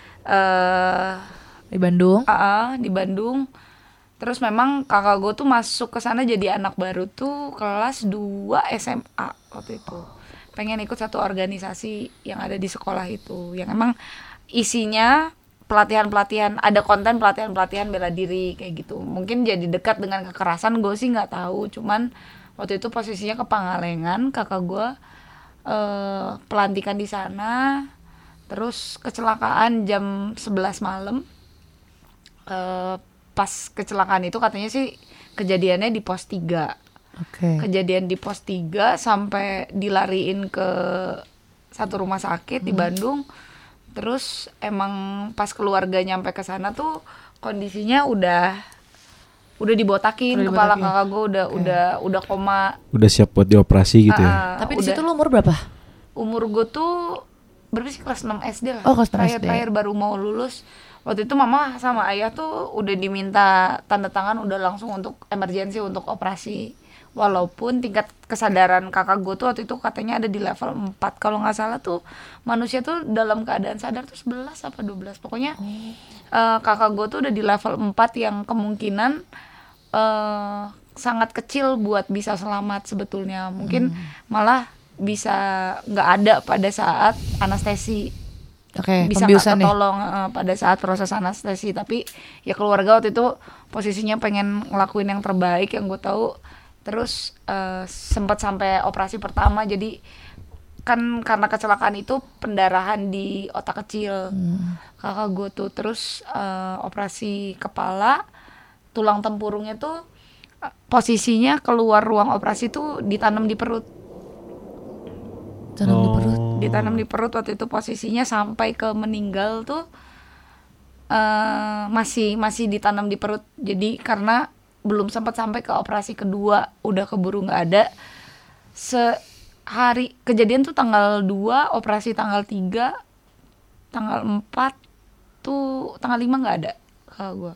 Di Bandung. di Bandung. Terus memang kakak gue tuh masuk ke sana jadi anak baru tuh kelas 2 SMA waktu itu. Pengen ikut satu organisasi yang ada di sekolah itu, yang emang isinya pelatihan-pelatihan, ada konten pelatihan-pelatihan bela diri kayak gitu. Mungkin jadi dekat dengan kekerasan, gue sih nggak tahu. Cuman waktu itu posisinya ke Pangalengan, kakak gue pelantikan di sana. Terus kecelakaan jam 11 malam. Pas kecelakaan itu katanya sih kejadiannya di pos 3. Oke. Kejadian di pos 3 sampai dilariin ke satu rumah sakit di Bandung. Terus emang pas keluarga nyampe ke sana tuh kondisinya udah dibotakin, Udah kepala dibotakin. kakak gue udah koma. Udah siap buat dioperasi gitu ya. Tapi di Udah. situ lu umur berapa? Umur gue tuh berapa sih, kelas 6 SD lah. Oh, kelas 6 SD. Terakhir baru mau lulus. Waktu itu mama sama ayah tuh udah diminta tanda tangan, udah langsung untuk emergensi, untuk operasi. Walaupun tingkat kesadaran kakak gue tuh waktu itu katanya ada di level 4. Kalau nggak salah tuh manusia tuh dalam keadaan sadar tuh 11 apa 12. Pokoknya kakak gue tuh udah di level 4 yang kemungkinan sangat kecil buat bisa selamat sebetulnya. Mungkin malah bisa nggak ada pada saat anestesi. Oke, Bisa nggak pembiusan ya. ketolong pada saat proses anestesi. Tapi ya keluarga waktu itu posisinya pengen ngelakuin yang terbaik yang gue tahu. Terus sempat sampai operasi pertama, jadi kan karena kecelakaan itu pendarahan di otak kecil. Kakak gue tuh terus operasi kepala, tulang tempurungnya tuh posisinya keluar ruang operasi tuh ditanam di perut. Ditanam di perut waktu itu posisinya sampai ke meninggal tuh masih ditanam di perut. Jadi karena belum sempat sampai ke operasi kedua, udah keburu nggak ada. Sehari kejadian tuh tanggal 2, operasi tanggal 3, tanggal 4 tuh tanggal 5 nggak ada kakak gue.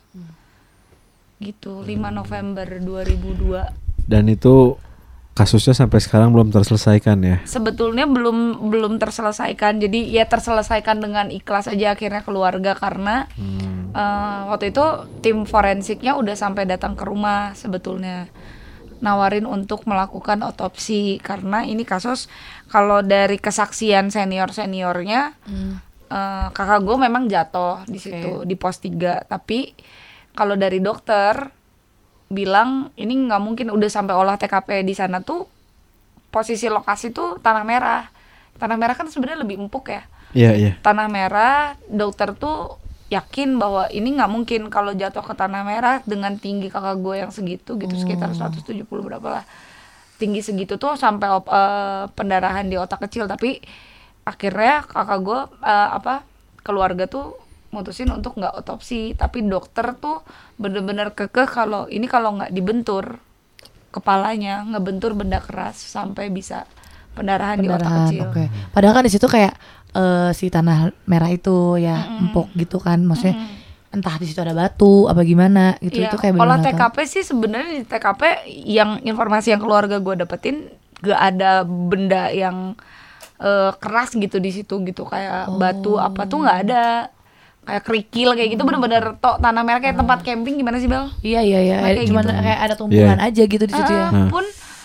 Gitu, 5 November 2002. Dan itu kasusnya sampai sekarang belum terselesaikan ya? Sebetulnya belum terselesaikan. Jadi ya terselesaikan dengan ikhlas aja akhirnya keluarga karena waktu itu tim forensiknya udah sampai datang ke rumah sebetulnya. Nawarin untuk melakukan otopsi karena ini kasus kalau dari kesaksian seniornya kakak gue memang jatuh di situ di pos 3, tapi kalau dari dokter bilang ini nggak mungkin, udah sampai olah TKP di sana tuh posisi lokasi tuh tanah merah kan sebenarnya lebih empuk ya. Iya. Tanah merah, dokter tuh yakin bahwa ini nggak mungkin kalau jatuh ke tanah merah dengan tinggi kakak gue yang segitu gitu, sekitar 170 berapa lah, tinggi segitu tuh sampai pendarahan di otak kecil. Tapi akhirnya kakak gue keluarga tuh mutusin untuk nggak otopsi, tapi dokter tuh bener-bener kekeh kalau ini kalau nggak dibentur kepalanya, ngebentur benda keras sampai bisa pendarahan di otak kecil. Okay. Padahal kan di situ kayak si tanah merah itu ya empuk gitu kan, maksudnya entah di situ ada batu apa gimana gitu. Iya, itu kayak kalau TKP sih sebenarnya di TKP yang informasi yang keluarga gue dapetin gak ada benda yang keras gitu di situ gitu, kayak batu apa tuh nggak ada, kayak kerikil kayak gitu, bener-bener tanah merah kayak tempat camping gimana sih Bel? Iya kayak cuman gitu. kayak ada tumbuhan aja gitu di situ ya. Pun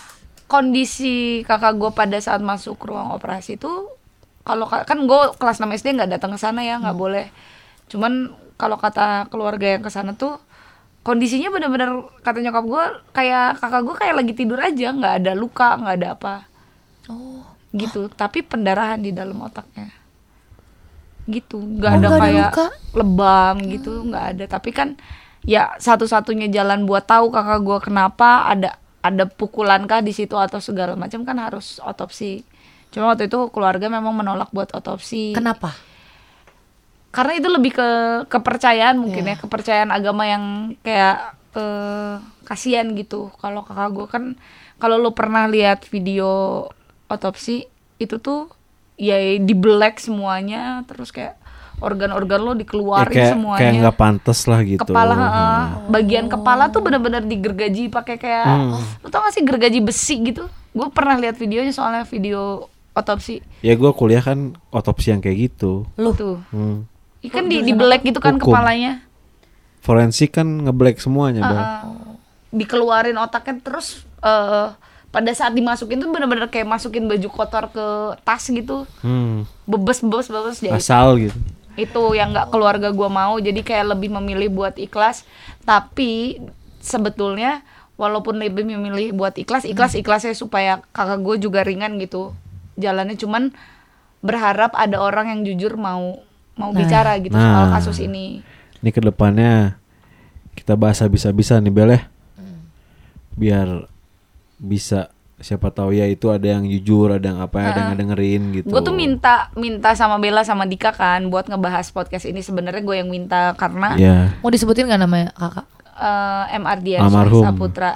kondisi kakak gue pada saat masuk ruang operasi tuh, kalau kan gue kelas 6 SD nggak datang ke sana ya, nggak boleh. Cuman kalau kata keluarga yang ke sana tuh kondisinya benar-benar kata nyokap gue kayak kakak gue kayak lagi tidur aja, nggak ada luka, nggak ada apa. Gitu. Tapi pendarahan di dalam otaknya. Gitu. Nggak ada kayak luka? lebam gitu, nggak ada. Tapi kan ya satu-satunya jalan buat tahu kakak gue kenapa, ada pukulan kah di situ atau segala macam, kan harus otopsi. Cuma waktu itu keluarga memang menolak buat otopsi. Kenapa? Karena itu lebih ke kepercayaan mungkin ya, kepercayaan agama yang kayak kasihan gitu. Kalau kakak gue kan, kalau lo pernah lihat video otopsi itu tuh ya dibelek semuanya, terus kayak organ-organ lo dikeluarin semuanya. Kayak nggak pantas lah gitu. Kepala, bagian kepala tuh benar-benar digergaji pakai kayak, lo tau gak sih gergaji besi gitu? Gue pernah lihat videonya, soalnya video otopsi. Ya gue kuliah kan otopsi yang kayak gitu. Lu tuh. Ikan dibelek gitu kan Hukum. kepalanya. Forensik kan ngebelek semuanya, Bang. Dikeluarin otaknya, terus pada saat dimasukin tuh benar-benar kayak masukin baju kotor ke tas gitu. Bebes jadi. Asal gitu. Itu yang nggak keluarga gue mau, jadi kayak lebih memilih buat ikhlas. Tapi sebetulnya walaupun lebih memilih buat ikhlasnya supaya kakak gue juga ringan gitu jalannya, cuman berharap ada orang yang jujur mau bicara gitu soal kasus ini. Ini kedepannya kita bahas habis-habisan nih Bel ya, biar bisa, siapa tahu ya itu ada yang jujur, ada yang apa, ada yang dengerin gitu. Gue tuh minta sama Bella sama Dika kan buat ngebahas podcast ini. Sebenarnya gue yang minta karena mau disebutin nggak namanya kakak? MR Dian Saputra.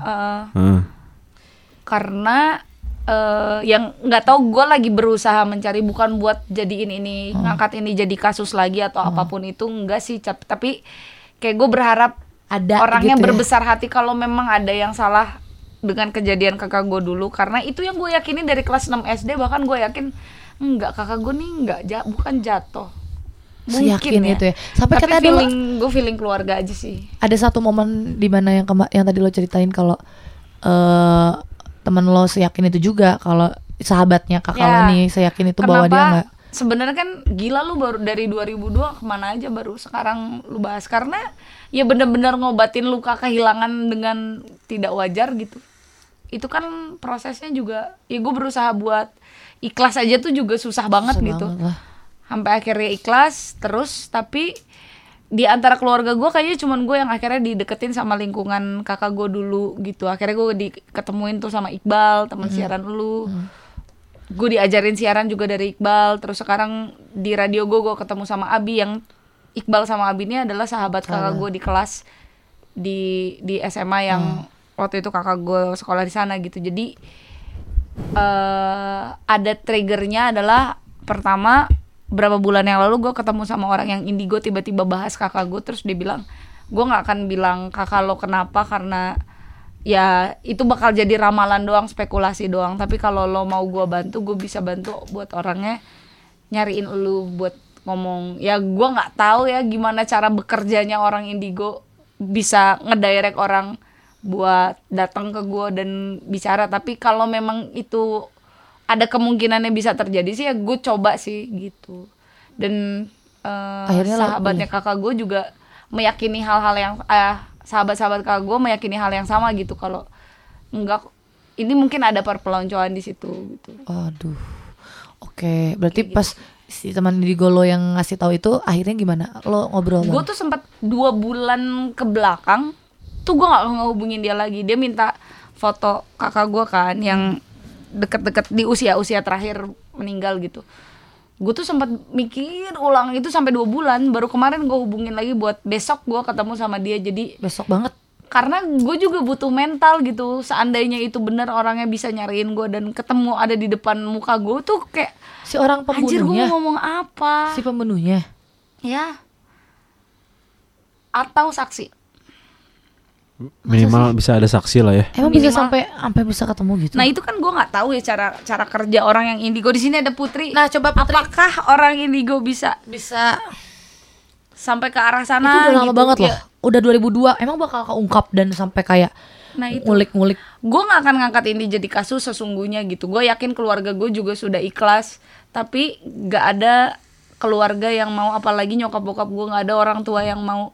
Karena yang nggak tahu, gue lagi berusaha mencari, bukan buat jadiin ini ngangkat ini jadi kasus lagi atau apapun itu, enggak sih, tapi kayak gue berharap ada orangnya gitu berbesar hati kalau memang ada yang salah dengan kejadian kakak gue dulu, karena itu yang gue yakinin dari kelas 6 SD. Bahkan gue yakin enggak, kakak gue nih bukan jatuh, mungkin ya. Itu ya. Sampai tapi feeling keluarga aja sih. Ada satu momen di mana yang tadi lo ceritain kalau teman lo seyakin itu juga, kalau sahabatnya kakak lo nih seyakin itu. Kenapa? Bahwa dia nggak. Sebenarnya kan gila, lu baru dari 2002 kemana aja baru sekarang lu bahas, karena ya benar-benar ngobatin luka kehilangan dengan tidak wajar gitu. Itu kan prosesnya juga ya gue berusaha buat ikhlas aja tuh juga susah banget Susah gitu. banget lah. Sampai akhirnya ikhlas terus, tapi di antara keluarga gue kayaknya cuman gue yang akhirnya dideketin sama lingkungan kakak gue dulu gitu. Akhirnya gue diketemuin tuh sama Iqbal, teman siaran lu. Gue diajarin siaran juga dari Iqbal. Terus sekarang di radio gue ketemu sama Abi, yang Iqbal sama Abi ini adalah sahabat kakak gue di kelas di SMA yang waktu itu kakak gue sekolah di sana gitu. Jadi ada triggernya adalah pertama, berapa bulan yang lalu gue ketemu sama orang yang indigo, tiba-tiba bahas kakak gue, terus dia bilang, gue nggak akan bilang kakak lo kenapa karena ya itu bakal jadi ramalan doang, spekulasi doang, tapi kalau lo mau gue bantu, gue bisa bantu buat orangnya nyariin lu buat ngomong. Ya gue nggak tahu ya gimana cara bekerjanya orang indigo bisa ngedirect orang buat datang ke gue dan bicara, tapi kalau memang itu ada kemungkinannya bisa terjadi sih ya gue coba sih gitu. Dan Akhirnya sahabatnya kakak gue juga meyakini hal-hal yang sahabat-sahabat kakak gue meyakini hal yang sama gitu, kalau enggak ini mungkin ada perpeloncoan di situ gitu. Aduh. Oke, berarti pas si teman indigo lo yang ngasih tahu itu akhirnya gimana? Lo ngobrol? Gue tuh sempat 2 bulan ke belakang tuh gue nggak ngehubungin dia lagi. Dia minta foto kakak gue kan yang deket-deket di usia terakhir meninggal gitu. Gue tuh sempat mikir ulang itu sampai 2 bulan, baru kemarin gue hubungin lagi buat besok gue ketemu sama dia. Jadi Besok banget. karena gue juga butuh mental gitu, seandainya itu benar orangnya bisa nyariin gue dan ketemu ada di depan muka gue tuh kayak Si orang anjir gue pembunuhnya. mau ngomong apa Si pembunuhnya. ya, atau saksi. Minimal bisa ada saksi lah ya. Emang bisa Minimal. sampai bisa ketemu gitu? Nah itu kan gue nggak tahu ya cara kerja orang yang indigo. Di sini ada Putri. Nah, coba Putri. Apakah orang indigo bisa sampai ke arah sana? Itu udah lama gitu? banget Ya, loh. Udah 2002. Emang bakal keungkap dan sampai kayak Nah itu. ngulik-ngulik. Gue nggak akan ngangkat ini jadi kasus sesungguhnya gitu. Gue yakin keluarga gue juga sudah ikhlas. Tapi nggak ada keluarga yang mau, apalagi nyokap bokap gue, nggak ada orang tua yang mau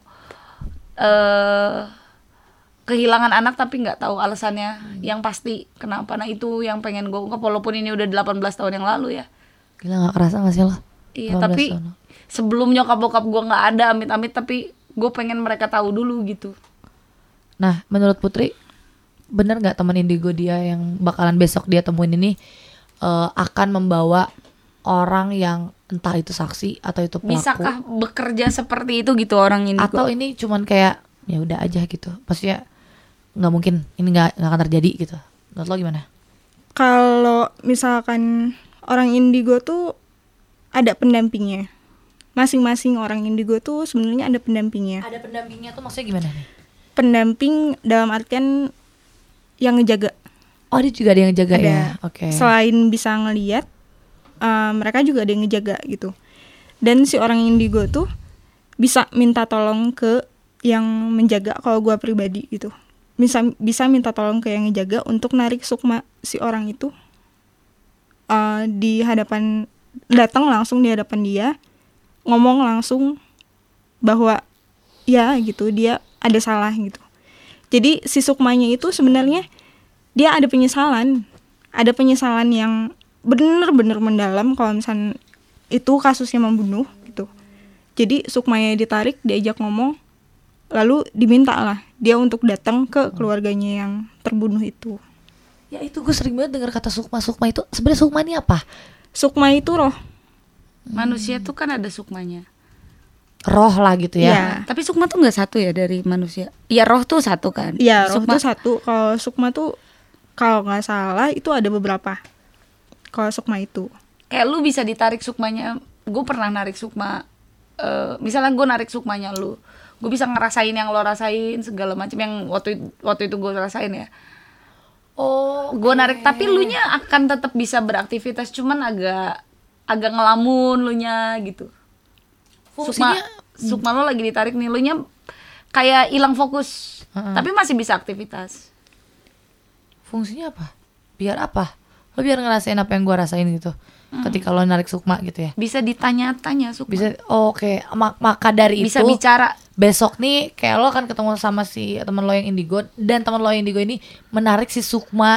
kehilangan anak tapi nggak tahu alasannya yang pasti kenapa. Nah itu yang pengen gue ungkap, walaupun ini udah 18 tahun yang lalu ya. Gila, gak kerasa gak sih lo? Iya 18 tapi tahun. sebelum nyokap bokap gue nggak ada, amit-amit, tapi gue pengen mereka tahu dulu gitu. Nah, menurut Putri, bener nggak teman indigo dia yang bakalan besok dia temuin ini akan membawa orang yang entah itu saksi atau itu pelaku? Bisakah bekerja seperti itu gitu orang indigo? Atau ini cuman kayak ya udah aja gitu? Maksudnya nggak mungkin, ini nggak akan terjadi gitu. Menurut lo gimana? Kalau misalkan orang indigo tuh ada pendampingnya. Masing-masing orang indigo tuh sebenarnya ada pendampingnya. Ada pendampingnya tuh maksudnya gimana nih? Pendamping dalam artian yang ngejaga. Oh, dia juga ada yang jaga Ada. ya? Oke. Selain bisa ngelihat, mereka juga ada yang ngejaga gitu. Dan si orang indigo tuh bisa minta tolong ke yang menjaga, kalau gue pribadi gitu. Bisa minta tolong ke yang ngejaga untuk narik sukma si orang itu di hadapan, datang langsung di hadapan dia, ngomong langsung bahwa ya gitu, dia ada salah gitu. Jadi si sukmanya itu sebenarnya dia ada penyesalan yang bener-bener mendalam kalau misalnya itu kasusnya membunuh gitu. Jadi sukmanya ditarik, diajak ngomong, lalu diminta lah dia untuk datang ke keluarganya yang terbunuh itu. Ya itu gue sering banget dengar kata sukma. Sukma itu sebenarnya sukma ini apa? Sukma itu roh. Manusia tuh kan ada sukmanya. Roh lah gitu ya. Iya. Tapi sukma tuh nggak satu ya dari manusia. Ya roh tuh satu kan. Iya, roh Sukma itu satu. Kalau sukma tuh kalau nggak salah itu ada beberapa. Kalau sukma itu. kayak lu bisa ditarik sukmanya. Gue pernah narik sukma. Misalnya gue narik sukmanya lu, gue bisa ngerasain yang lo rasain segala macam yang waktu itu gue rasain ya. Oh, Gue narik, tapi lu nya akan tetap bisa beraktivitas, cuman agak ngelamun lu nya gitu. Sukma lo lagi ditarik nih, lu nya kayak hilang fokus, tapi masih bisa aktivitas. Fungsinya apa? Biar apa? Lo biar ngerasain apa yang gue rasain gitu. Ketika lo narik sukma gitu ya. Bisa ditanya-tanya sukma. Bisa. Oke. Maka dari Bisa itu bicara. besok nih kayak lo akan ketemu sama si teman lo yang indigo, dan teman lo yang indigo ini menarik si sukma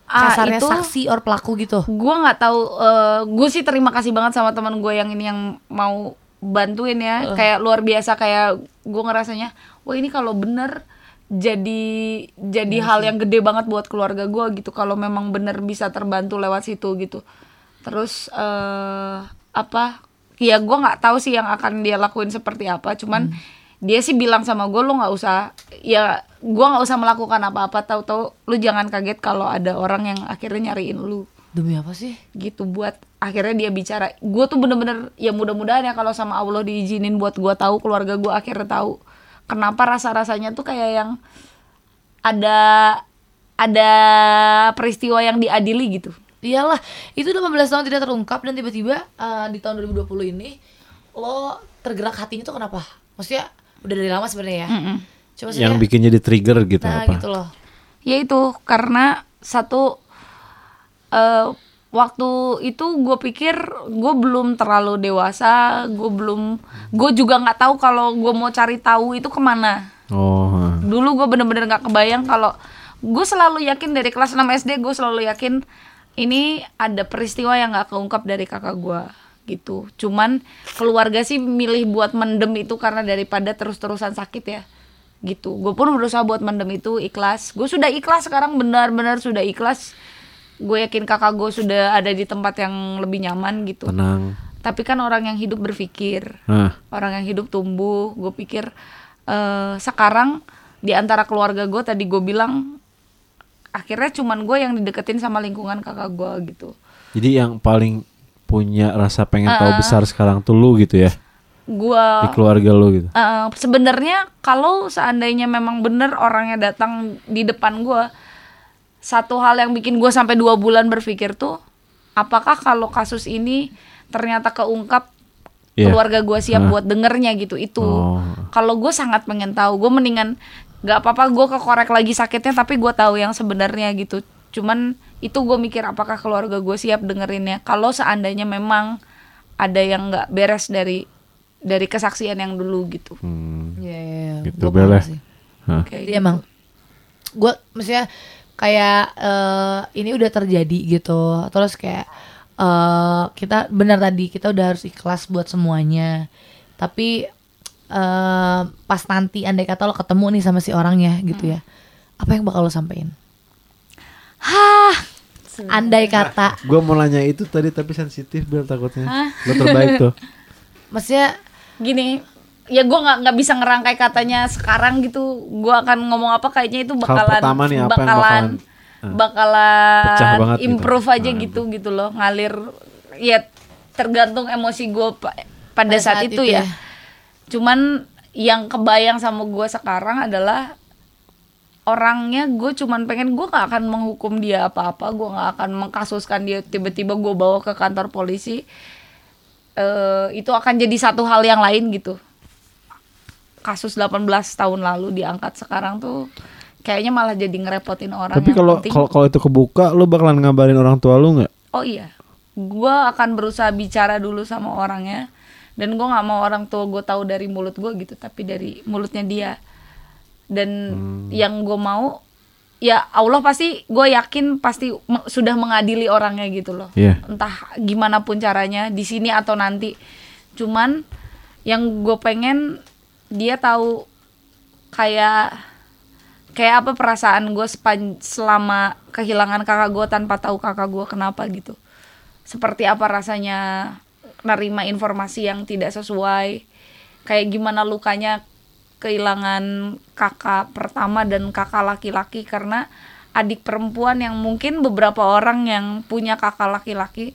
kasarnya itu saksi or pelaku gitu. gue nggak tahu. Gue sih terima kasih banget sama teman gue yang ini yang mau bantuin ya. Kayak luar biasa, kayak gue ngerasanya wah ini kalau bener jadi hal yang gede banget buat keluarga gue gitu kalau memang bener bisa terbantu lewat situ gitu. Terus apa ya gue nggak tahu sih yang akan dia lakuin seperti apa, cuman dia sih bilang sama gue, lu nggak usah, ya gue nggak usah melakukan apa-apa, tahu-tahu lu jangan kaget kalau ada orang yang akhirnya nyariin lu. Demi apa sih? Gitu, buat akhirnya dia bicara. Gue tuh bener-bener ya mudah-mudahan ya kalau sama Allah diizinin buat gue tahu, keluarga gue akhirnya tahu kenapa rasa-rasanya tuh kayak yang ada peristiwa yang diadili gitu. Iyalah, itu 18 tahun tidak terungkap dan tiba-tiba di tahun 2020 ini lo tergerak hatinya tuh kenapa? Maksudnya udah dari lama sebenarnya ya. Cuma Yang bikin jadi trigger gitu nah, apa? gitu loh. Ya itu karena satu waktu itu gue pikir gue belum terlalu dewasa, gue juga nggak tahu kalau gue mau cari tahu itu kemana. Dulu gue bener-bener nggak kebayang kalau gue selalu yakin dari kelas 6 SD gue selalu yakin ini ada peristiwa yang nggak keungkap dari kakak gue gitu. Cuman keluarga sih milih buat mendem itu karena daripada terus-terusan sakit ya gitu. Gue pun berusaha buat mendem itu, ikhlas. Gue sudah ikhlas sekarang, benar-benar sudah ikhlas. Gue yakin kakak gue sudah ada di tempat yang lebih nyaman gitu. Tenang. Tapi kan orang yang hidup berpikir, orang yang hidup tumbuh. Gue pikir sekarang di antara keluarga gue tadi gue bilang akhirnya cuman gue yang dideketin sama lingkungan kakak gue gitu. Jadi yang paling punya rasa pengen tahu besar sekarang tuh lu gitu ya? Gua di keluarga lu gitu. Sebenarnya kalau seandainya memang bener orangnya datang di depan gue, satu hal yang bikin gue sampai 2 bulan berpikir tuh, apakah kalau kasus ini ternyata keungkap, keluarga gue siap buat dengernya gitu. Itu kalau gue sangat pengen tahu, gue mendingan nggak apa-apa gue kekorek lagi sakitnya, tapi gue tahu yang sebenarnya gitu. Cuman itu gue mikir apakah keluarga gue siap dengerinnya kalau seandainya memang ada yang nggak beres dari kesaksian yang dulu gitu. Gitu boleh. Jadi emang gue maksudnya kayak ini udah terjadi gitu. Terus kayak kita benar tadi kita udah harus ikhlas buat semuanya. Tapi pas nanti andai kata lo ketemu nih sama si orangnya gitu ya, apa yang bakal lo sampein? Andai kata gue mau nanya itu tadi tapi sensitif biar takutnya lo terbaik tuh. Maksudnya gini, ya gue nggak bisa ngerangkai katanya sekarang gitu. Gue akan ngomong apa kayaknya itu bakalan pecah banget improve gitu. aja gitu loh, ngalir. Ya tergantung emosi gue pada saat itu ya. Cuman yang kebayang sama gue sekarang adalah orangnya, gue cuman pengen, gue gak akan menghukum dia apa-apa, gue gak akan mengkasuskan dia tiba-tiba gue bawa ke kantor polisi. Itu akan jadi satu hal yang lain gitu. Kasus 18 tahun lalu diangkat sekarang tuh kayaknya malah jadi ngerepotin orang. Tapi kalau itu kebuka, lo bakalan ngabarin orang tua lo nggak? Oh iya, gue akan berusaha bicara dulu sama orangnya. Dan gue nggak mau orang tua gue tahu dari mulut gue gitu, tapi dari mulutnya dia. Dan yang gue mau, ya Allah pasti, gue yakin pasti sudah mengadili orangnya gitu loh. Entah gimana pun caranya, di sini atau nanti. Cuman yang gue pengen dia tahu kayak apa perasaan gue selama kehilangan kakak gue tanpa tahu kakak gue kenapa gitu. Seperti apa rasanya nerima informasi yang tidak sesuai, kayak gimana lukanya kehilangan kakak pertama dan kakak laki-laki karena adik perempuan, yang mungkin beberapa orang yang punya kakak laki-laki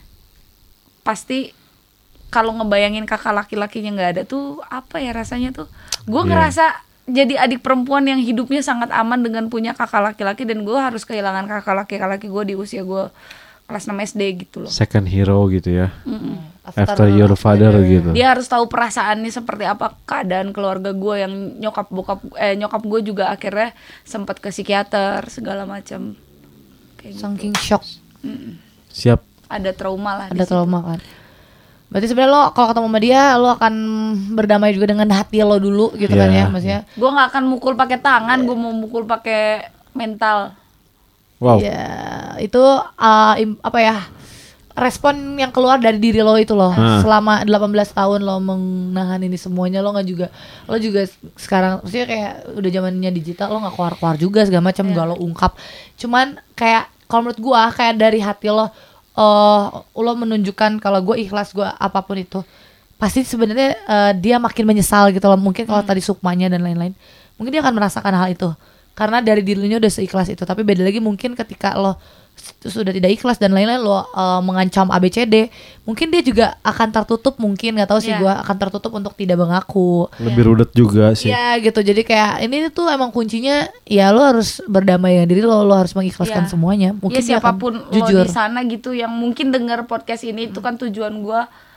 pasti kalau ngebayangin kakak laki-lakinya nggak ada tuh apa ya rasanya tuh. Gue ngerasa jadi adik perempuan yang hidupnya sangat aman dengan punya kakak laki-laki, dan gue harus kehilangan kakak laki-laki gue di usia gue kelas 6 SD gitu loh. Second hero gitu ya. After your father gitu. Dia harus tahu perasaannya seperti apa, keadaan keluarga gue yang nyokap gue juga akhirnya sempat ke psikiater segala macam. Saking shock. Siap. Ada trauma lah. Ada trauma kan. Berarti sebenarnya lo kalau ketemu sama dia lo akan berdamai juga dengan hati lo dulu gitu kan ya, maksudnya. Gue nggak akan mukul pakai tangan, gue mau mukul pakai mental. Wow. Ya, itu apa ya? Respon yang keluar dari diri lo itu loh. Selama 18 tahun lo menahan ini semuanya, lo juga sekarang maksudnya kayak udah zamannya digital, lo nggak keluar juga segala macam, gak lo ungkap. Cuman kayak kalau menurut gua kayak dari hati lo menunjukkan kalau gue ikhlas, gue apapun itu pasti sebenarnya dia makin menyesal gitu loh. Mungkin kalau tadi sukmanya dan lain-lain, mungkin dia akan merasakan hal itu karena dari dirinya udah seikhlas itu. Tapi beda lagi mungkin ketika lo sudah tidak ikhlas dan lain-lain, lo mengancam ABCD, mungkin dia juga akan tertutup, mungkin nggak tahu sih, gue akan tertutup untuk tidak mengaku. Lebih rudet juga sih. Ya gitu, jadi kayak ini tuh emang kuncinya ya lo harus berdamai dengan diri lo harus mengikhlaskan semuanya. Mungkin ya siapapun lo jujur di sana gitu yang mungkin dengar podcast ini, itu kan tujuan gue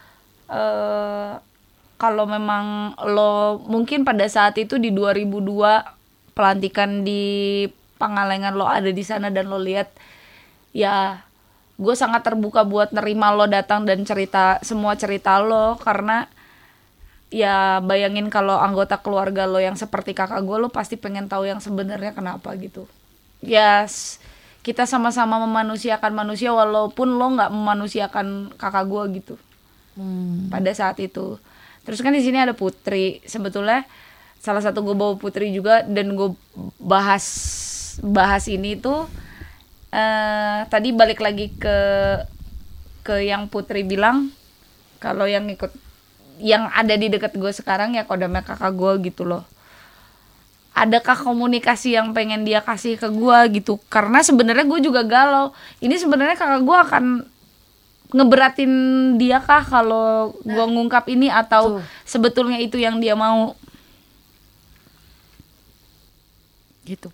kalau memang lo mungkin pada saat itu di 2002 pelantikan di Pangalengan, lo ada di sana dan lo lihat, ya gue sangat terbuka buat nerima lo datang dan semua cerita lo, karena ya bayangin kalau anggota keluarga lo yang seperti kakak gue, lo pasti pengen tahu yang sebenarnya kenapa gitu. Ya kita sama-sama memanusiakan manusia walaupun lo nggak memanusiakan kakak gue gitu pada saat itu. Terus kan di sini ada Putri, sebetulnya salah satu gue bawa Putri juga dan gue bahas ini tuh. Tadi balik lagi ke yang Putri bilang, kalau yang ada di dekat gue sekarang ya kodamnya kakak gue gitu loh. Adakah komunikasi yang pengen dia kasih ke gue gitu? Karena sebenarnya gue juga galau. Ini sebenarnya kakak gue akan ngeberatin dia kah kalau gue ngungkap ini, atau sebetulnya itu yang dia mau? Gitu.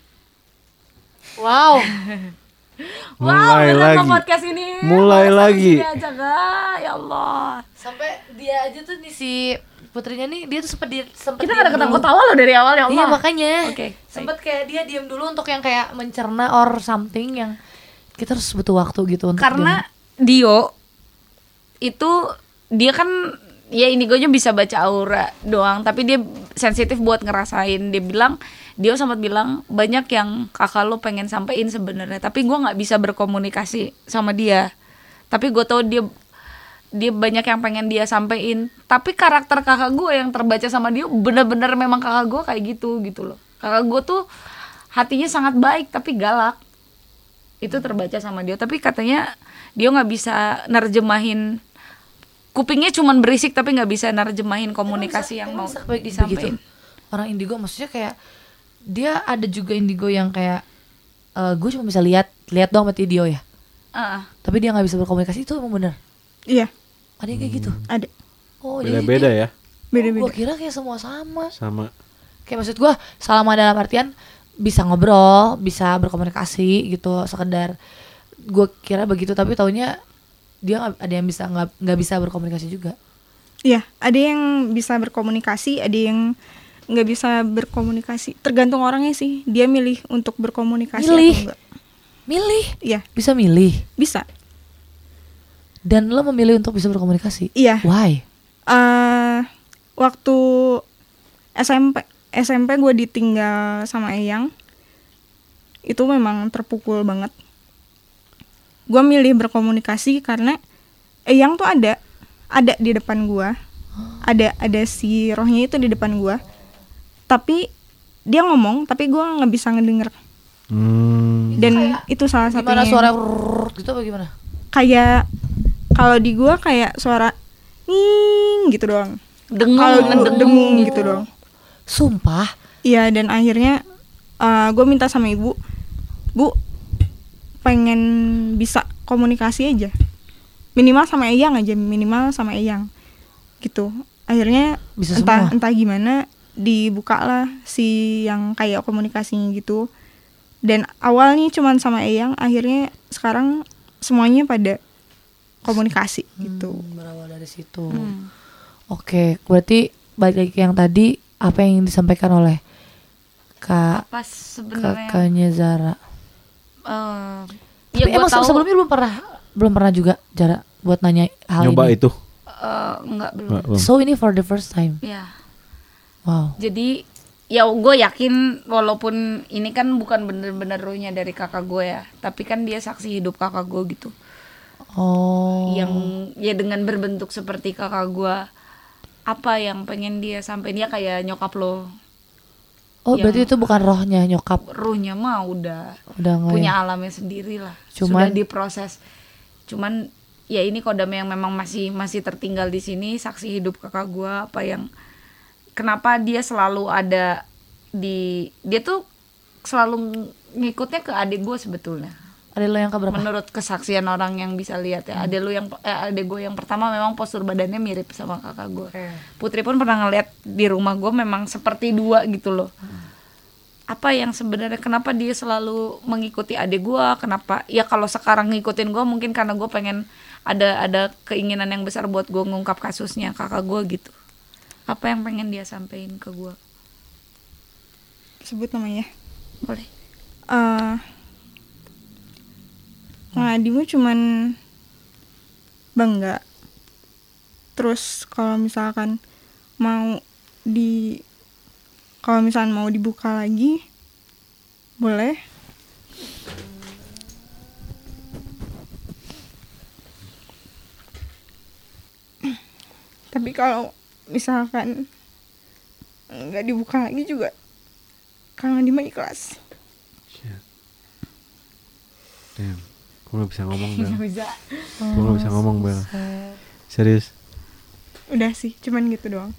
wow. Mulai lagi. Podcast ini. Mulai lagi. Aja, gak? Ya Allah. Sampai dia aja tuh nih, si Putrinya nih, dia tuh sempet Kita gak ada ketawa-ketawa loh dari awal, ya Allah. Iya makanya. Oke. Sempet kayak dia diam dulu untuk yang kayak mencerna or something, yang kita harus butuh waktu gitu untuk karena Dio itu, dia kan ya indigonya bisa baca aura doang, tapi dia sensitif buat ngerasain. Dia sempat bilang banyak yang kakak lo pengen sampein sebenarnya, tapi gue nggak bisa berkomunikasi sama dia. Tapi gue tahu dia banyak yang pengen dia sampein. Tapi karakter kakak gue yang terbaca sama dia bener-bener memang kakak gue kayak gitu loh. Kakak gue tuh hatinya sangat baik tapi galak. Itu terbaca sama dia. Tapi katanya dia nggak bisa nerjemahin. Kupingnya cuman berisik tapi nggak bisa nerjemahin komunikasi yang mau disampaikan. Orang indigo maksudnya kayak dia ada juga indigo yang kayak gue cuma bisa lihat doang sama Dio ya. Tapi dia nggak bisa berkomunikasi, itu emang bener? Iya. Ada yang kayak gitu? Ada. Oh, beda-beda ya. Beda-beda. Gue kira kayak semua sama. Kayak maksud gue sama dalam artian bisa ngobrol, bisa berkomunikasi gitu, sekedar gue kira begitu, tapi taunya dia ada yang bisa nggak bisa berkomunikasi juga. Iya, ada yang bisa berkomunikasi, ada yang nggak bisa berkomunikasi. Tergantung orangnya sih, dia milih untuk berkomunikasi atau enggak. Milih? Iya. Bisa milih? Bisa. Dan lo memilih untuk bisa berkomunikasi? Iya. Why? Waktu SMP gue ditinggal sama Eyang, itu memang terpukul banget. Gue milih berkomunikasi karena Eyang tuh ada di depan gue, ada si rohnya itu di depan gue, tapi dia ngomong tapi gue nggak bisa ngedenger. Dan itu salah satunya. Gimana suara gitu apa gimana? Kayak kalau di gue kayak suara ning gitu doang. Dengung gitu doang. Sumpah? Iya, dan akhirnya gue minta sama ibu, Bu, pengen bisa komunikasi aja, minimal sama Eyang gitu. Akhirnya bisa entah gimana dibukalah si yang kayak komunikasinya gitu. Dan awalnya cuman sama Eyang, akhirnya sekarang semuanya pada komunikasi gitu. Berawal dari situ. Oke, berarti balik lagi ke yang tadi, apa yang disampaikan oleh kakaknya Zara? Ya emang sebelumnya belum pernah juga Zara buat nanya hal nyoba ini? Itu? Enggak, belum. So ini for the first time? Ya. Wow. Jadi ya gue yakin walaupun ini kan bukan bener-bener rohnya dari kakak gue ya, tapi kan dia saksi hidup kakak gue gitu. Oh. Yang ya dengan berbentuk seperti kakak gue, apa yang pengen dia sampai dia kayak nyokap lo. Oh, berarti itu bukan rohnya nyokap. Ruhnya mah udah nggak punya ya? alamnya sendiri lah. Cuman- Sudah diproses. Cuman ya ini kodam yang memang masih tertinggal di sini, saksi hidup kakak gua, apa yang kenapa dia selalu ada dia tuh selalu ngikutnya ke adik gua sebetulnya. Ada lo yang keberapa? Menurut kesaksian orang yang bisa lihat ya, adik gue yang pertama memang postur badannya mirip sama kakak gue. Putri pun pernah ngeliat di rumah gue memang seperti dua gitu loh. Apa yang sebenarnya kenapa dia selalu mengikuti adik gue? Kenapa? Ya kalau sekarang ngikutin gue mungkin karena gue pengen ada keinginan yang besar buat gue ngungkap kasusnya kakak gue gitu. Apa yang pengen dia sampein ke gue? Sebut namanya. Boleh. Ngadimu cuman bangga. Terus kalau misalkan mau dibuka lagi boleh. Tapi kalau misalkan nggak dibuka lagi juga Kang Adi mah ikhlas. Damn. Gue gak bisa ngomong, Bel. Bisa. Gue gak bisa ngomong, Bel. Serius. Udah sih, cuman gitu doang.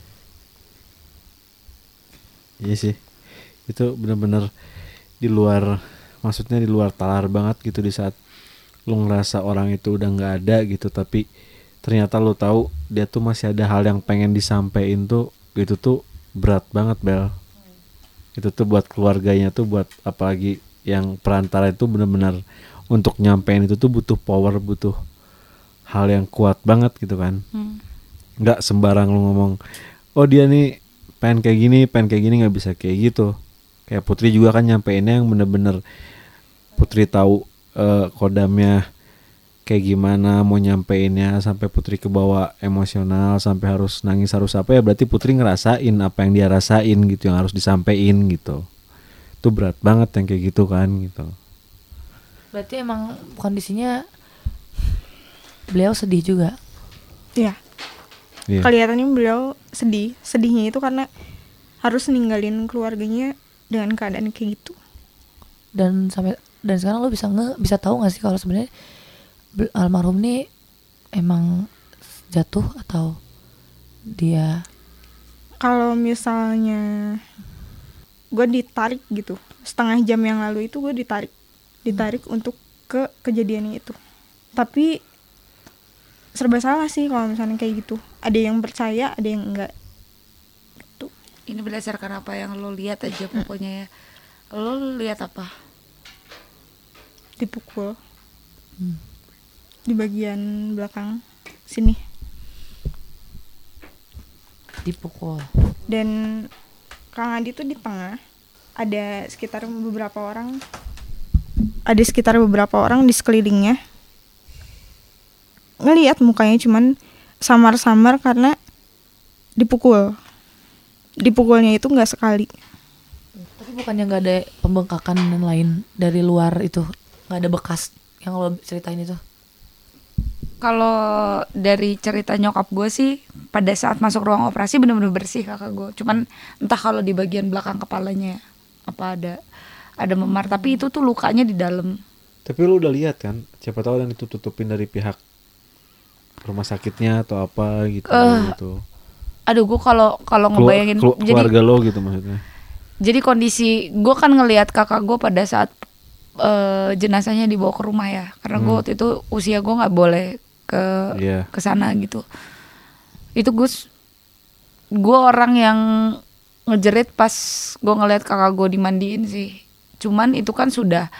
Iya sih. Itu benar-benar di luar, maksudnya di luar talar banget gitu di saat lu ngerasa orang itu udah gak ada gitu, tapi ternyata lu tahu dia tuh masih ada hal yang pengen disampaikan tuh, itu tuh berat banget, Bel. Itu tuh buat keluarganya tuh, buat apalagi yang perantara itu benar-benar untuk nyampein itu tuh butuh power, butuh hal yang kuat banget gitu kan. Nggak sembarang lu ngomong, oh dia nih pengen kayak gini, nggak bisa kayak gitu. Kayak Putri juga kan nyampeinnya yang bener-bener Putri tahu kodamnya kayak gimana, mau nyampeinnya sampai Putri kebawa emosional, sampai harus nangis, harus apa ya, berarti Putri ngerasain apa yang dia rasain gitu, yang harus disampein gitu. Itu berat banget yang kayak gitu kan gitu. Berarti emang kondisinya beliau sedih juga. Iya. Iya. Kelihatannya beliau sedih. Sedihnya itu karena harus ninggalin keluarganya dengan keadaan kayak gitu. Dan sekarang lo bisa tahu nggak sih kalau sebenarnya almarhum nih emang jatuh atau dia? Kalau misalnya gue ditarik gitu, setengah jam yang lalu itu gue ditarik untuk ke kejadiannya itu. Tapi serba salah sih kalau misalnya kayak gitu. Ada yang percaya, ada yang enggak gitu. Ini berdasarkan apa yang lo lihat aja pokoknya ya. Lo lihat apa? Dipukul di bagian belakang sini. Dipukul. Dan Kang Adi tuh di tengah. Ada sekitar beberapa orang di sekelilingnya. Ngelihat mukanya cuman samar-samar karena dipukul. Dipukulnya itu nggak sekali. Tapi bukannya nggak ada pembengkakan dan lain dari luar itu, nggak ada bekas yang lo ceritain itu? Kalau dari cerita nyokap gue sih, pada saat masuk ruang operasi benar-benar bersih kakak gue. Cuman entah kalau di bagian belakang kepalanya apa ada memar, tapi itu tuh lukanya di dalam. Tapi lu udah lihat kan, siapa tahu dan itu tutupin dari pihak rumah sakitnya atau apa gitu gitu. Aduh, gue kalau ngebayangin keluarga lo gitu maksudnya. Jadi kondisi gue kan ngelihat kakak gue pada saat jenazahnya dibawa ke rumah ya, karena gue waktu itu usia gue nggak boleh ke sana gitu. Itu gue orang yang ngejerit pas gue ngelihat kakak gue dimandiin sih. Cuman itu kan sudah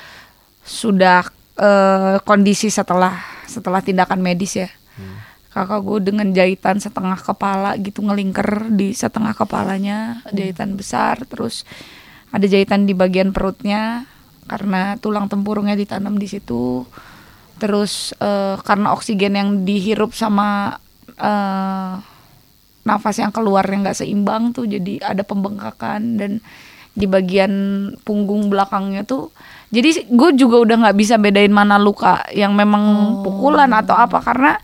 kondisi setelah tindakan medis ya. Kakak gue dengan jahitan setengah kepala gitu, ngelingker di setengah kepalanya, jahitan besar, terus ada jahitan di bagian perutnya karena tulang tempurungnya ditanam di situ. Terus karena oksigen yang dihirup sama nafas yang keluarnya nggak seimbang tuh, jadi ada pembengkakan, dan di bagian punggung belakangnya tuh, jadi gue juga udah nggak bisa bedain mana luka yang memang pukulan atau apa, karena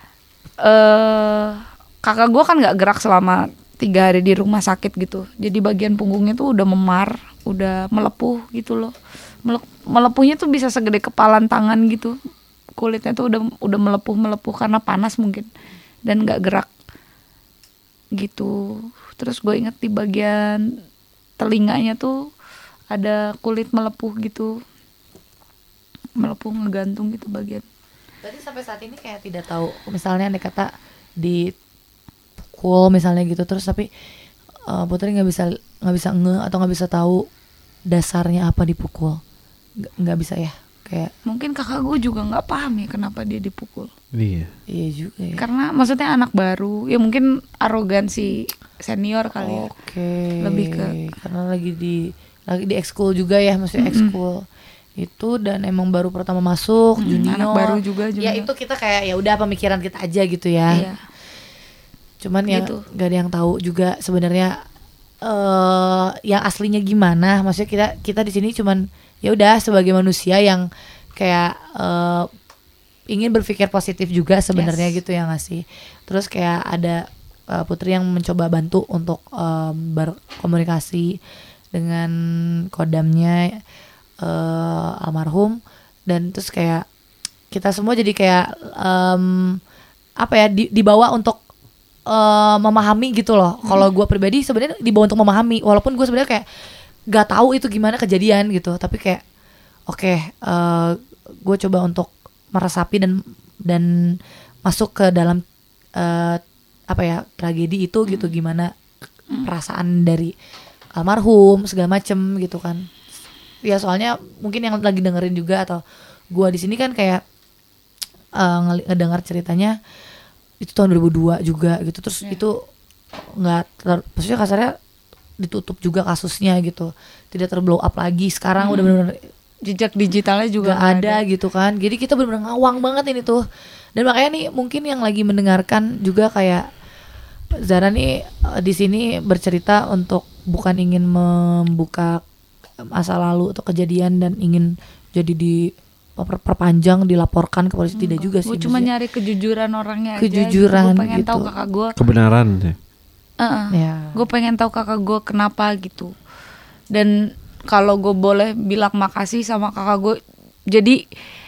kakak gue kan nggak gerak selama 3 hari di rumah sakit gitu, jadi bagian punggungnya tuh udah memar, udah melepuh gitu loh. Melepuhnya tuh bisa segede kepalan tangan gitu, kulitnya tuh udah melepuh karena panas mungkin, dan nggak gerak gitu. Terus gue inget di bagian telinganya tuh ada kulit melepuh gitu, melepuh ngegantung gitu bagian. Berarti sampai saat ini kayak tidak tahu, misalnya nih kata dipukul misalnya gitu, terus tapi Putri nggak bisa nge atau nggak bisa tahu dasarnya apa dipukul, nggak bisa ya, kayak mungkin kakak gue juga nggak paham ya kenapa dia dipukul. Iya juga ya. Karena maksudnya anak baru, ya mungkin arogansi senior kali ya. Lebih ke karena lagi di ekskul juga ya, maksudnya ekskul itu, dan emang baru pertama masuk junior, anak baru juga ya itu kita kayak ya udah pemikiran kita aja gitu ya. Iya. Cuman ya Gitu. gak ada yang tahu juga sebenarnya yang aslinya gimana. Maksudnya kita di sini cuman ya udah sebagai manusia yang kayak ingin berpikir positif juga sebenarnya gitu ya nggak sih. Terus kayak ada Putri yang mencoba bantu untuk berkomunikasi dengan kodamnya almarhum, dan terus kayak kita semua jadi kayak apa ya, dibawa untuk memahami gitu loh. Kalau gue pribadi sebenarnya dibawa untuk memahami, walaupun gue sebenarnya kayak gak tahu itu gimana kejadian gitu, tapi kayak oke, gue coba untuk meresapi dan masuk ke dalam apa ya, tragedi itu gitu, gimana perasaan dari almarhum segala macem gitu kan. Ya soalnya mungkin yang lagi dengerin juga atau gue di sini kan kayak ngedengar ceritanya itu tahun 2002 juga gitu, terus itu nggak maksudnya kasarnya ditutup juga kasusnya gitu, tidak terblow up lagi. Sekarang udah benar-benar jejak digitalnya juga gak ada gitu kan, jadi kita benar-benar ngawang banget ini tuh. Dan makanya nih mungkin yang lagi mendengarkan juga kayak Zara nih di sini bercerita untuk bukan ingin membuka masa lalu atau kejadian dan ingin jadi perpanjang dilaporkan ke polisi, tidak juga sih. Gue cuma nyari kejujuran orangnya kejujuran aja. Gue pengen gitu. tahu kakak gue. kebenaran ya. Ya. Gue pengen tahu kakak gue kenapa gitu. Dan kalau gue boleh bilang makasih sama kakak gue, jadi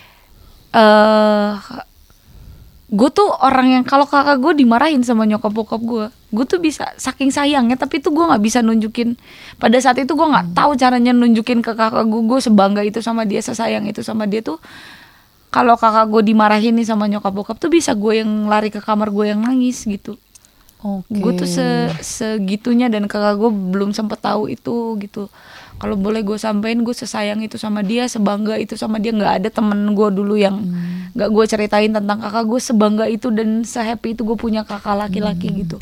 gue tuh orang yang kalau kakak gue dimarahin sama nyokap bokap gue tuh bisa saking sayangnya, tapi tuh gue nggak bisa nunjukin. Pada saat itu gue nggak tahu caranya nunjukin ke kakak gue sebangga itu sama dia, sesayang itu sama dia tuh. Kalau kakak gue dimarahin nih sama nyokap bokap tuh bisa gue yang lari ke kamar gue yang nangis gitu. Gue tuh segitunya, dan kakak gue belum sempet tahu itu gitu. Kalau boleh gue sampein, gue sesayang itu sama dia, sebangga itu sama dia. Nggak ada temen gue dulu yang nggak gue ceritain tentang kakak gue sebangga itu dan sehappy itu gue punya kakak laki-laki gitu.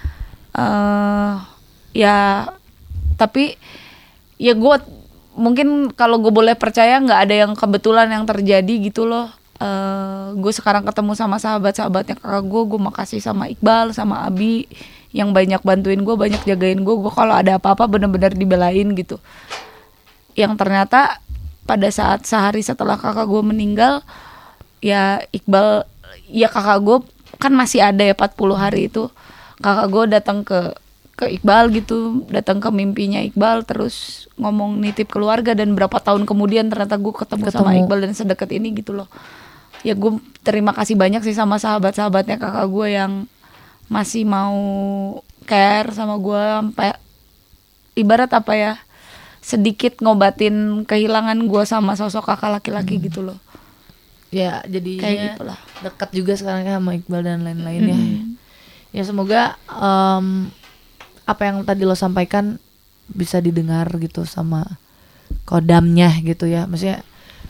Ya tapi ya gue mungkin kalau gue boleh percaya nggak ada yang kebetulan yang terjadi gitu loh. Gue sekarang ketemu sama sahabat-sahabatnya kakak gue makasih sama Iqbal, sama Abi yang banyak bantuin gue, banyak jagain gue kalau ada apa-apa benar-benar dibelain gitu. Yang ternyata pada saat sehari setelah kakak gue meninggal, ya Iqbal, ya kakak gue kan masih ada ya 40 hari itu, kakak gue datang ke Iqbal gitu, datang ke mimpinya Iqbal, terus ngomong nitip keluarga, dan berapa tahun kemudian ternyata gue ketemu sama Iqbal dan sedekat ini gitu loh. Ya gue terima kasih banyak sih sama sahabat-sahabatnya kakak gue yang masih mau care sama gue, sampai ibarat apa ya, sedikit ngobatin kehilangan gue sama sosok kakak laki-laki gitu loh. Ya jadi kayak gitulah. Dekat juga sekarang sama Iqbal dan lain-lainnya. Ya semoga apa yang tadi lo sampaikan bisa didengar gitu sama kodamnya gitu ya. Maksudnya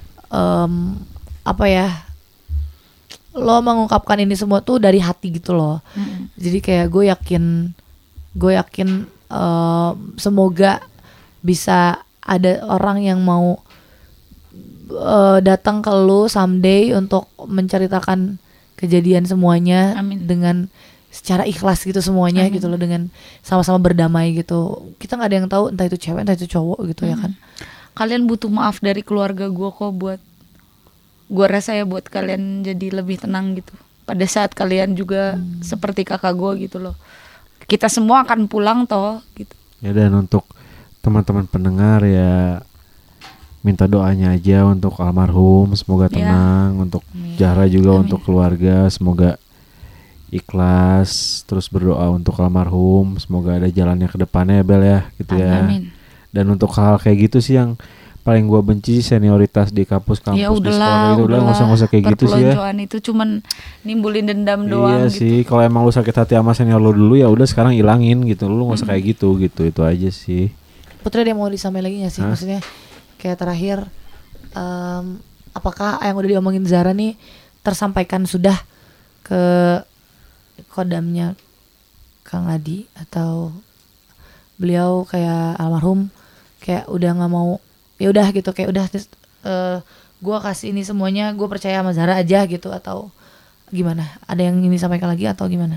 apa ya, lo mengungkapkan ini semua tuh dari hati gitu loh. Jadi kayak gue yakin semoga bisa ada orang yang mau datang ke lo someday untuk menceritakan kejadian semuanya. Amin. Dengan secara ikhlas gitu semuanya gitu loh, dengan sama-sama berdamai gitu. Kita nggak ada yang tahu entah itu cewek entah itu cowok gitu ya kan. Kalian butuh maaf dari keluarga gue kok, buat gue rasa ya, buat kalian jadi lebih tenang gitu pada saat kalian juga seperti kakak gue gitu loh. Kita semua akan pulang toh gitu. Ya, dan untuk teman-teman pendengar ya, minta doanya aja untuk almarhum, semoga tenang. Untuk Zahra juga, untuk keluarga semoga ikhlas, terus berdoa untuk almarhum, semoga ada jalannya ke depannya ya Bel ya gitu ya. Amin. Dan untuk hal kayak gitu sih yang paling gua benci, senioritas di kampus-kampus Ya di sekolah gitu. Udah nggak usah kayak gitu sih ya. Perpeloncoan itu cuman nimbulin dendam doang Iya gitu. sih, kalau emang lu sakit hati sama senior lu dulu ya udah sekarang ilangin gitu. Lu nggak usah kayak gitu itu aja sih. Putri ada yang mau disampaikan lagi gak sih? Maksudnya kayak terakhir, apakah yang udah diomongin Zara nih tersampaikan sudah ke kodamnya Kang Adi, atau beliau kayak almarhum kayak udah nggak mau, ya udah gitu, kayak udah gue kasih ini semuanya, gue percaya sama Zara aja gitu, atau gimana? Ada yang ini sampaikan lagi atau gimana?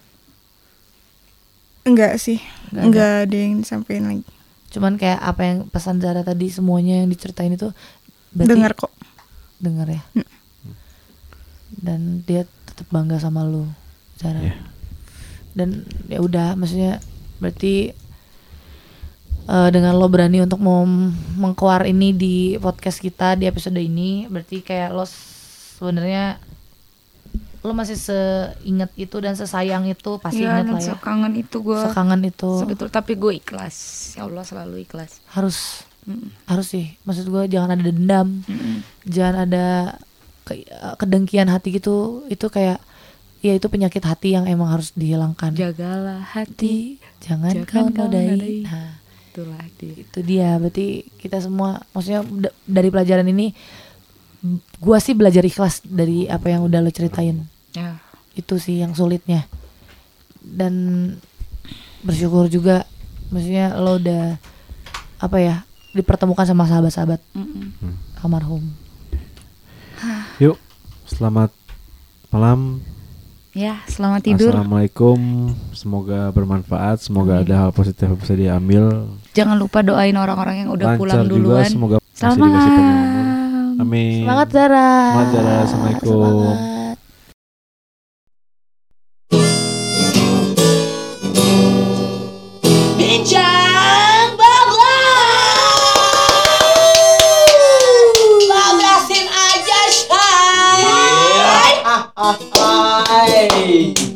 Enggak sih, enggak ada yang disampaikan lagi. Cuman kayak apa yang pesan Zara tadi, semuanya yang diceritain itu berarti Dengar kok. Dengar ya. Dan dia tetap bangga sama lu, Zara. Dan ya udah, maksudnya berarti dengan lo berani untuk mau mengkeluar ini di podcast kita di episode ini, berarti kayak lo sebenarnya lo masih seingat itu dan sesayang itu, pasti ingat lah ya. Sekangen itu gue. Sekangen itu. Sebetulnya, tapi gue ikhlas. Ya Allah, selalu ikhlas. Harus sih, maksud gue jangan ada dendam, jangan ada kedengkian hati gitu. Itu kayak, ya itu penyakit hati yang emang harus dihilangkan. Jagalah hati, jangan kau nodai. Nah, itulah dia. Itu dia, berarti kita semua, maksudnya dari pelajaran ini, gua sih belajar ikhlas dari apa yang udah lo ceritain. Ya. Itu sih yang sulitnya. Dan bersyukur juga, maksudnya lo udah apa ya, dipertemukan sama sahabat-sahabat almarhum. Yuk, selamat malam. Ya, selamat tidur. Assalamualaikum, semoga bermanfaat, semoga ada hal positif yang bisa diambil. Jangan lupa doain orang-orang yang udah Lancar pulang juga, duluan. semoga Selamat masih dikasih panjang umur. Amin. Semangat Zara. Semangat Zara, assalamualaikum. Semangat. Bincang bablasin aja say. Hai.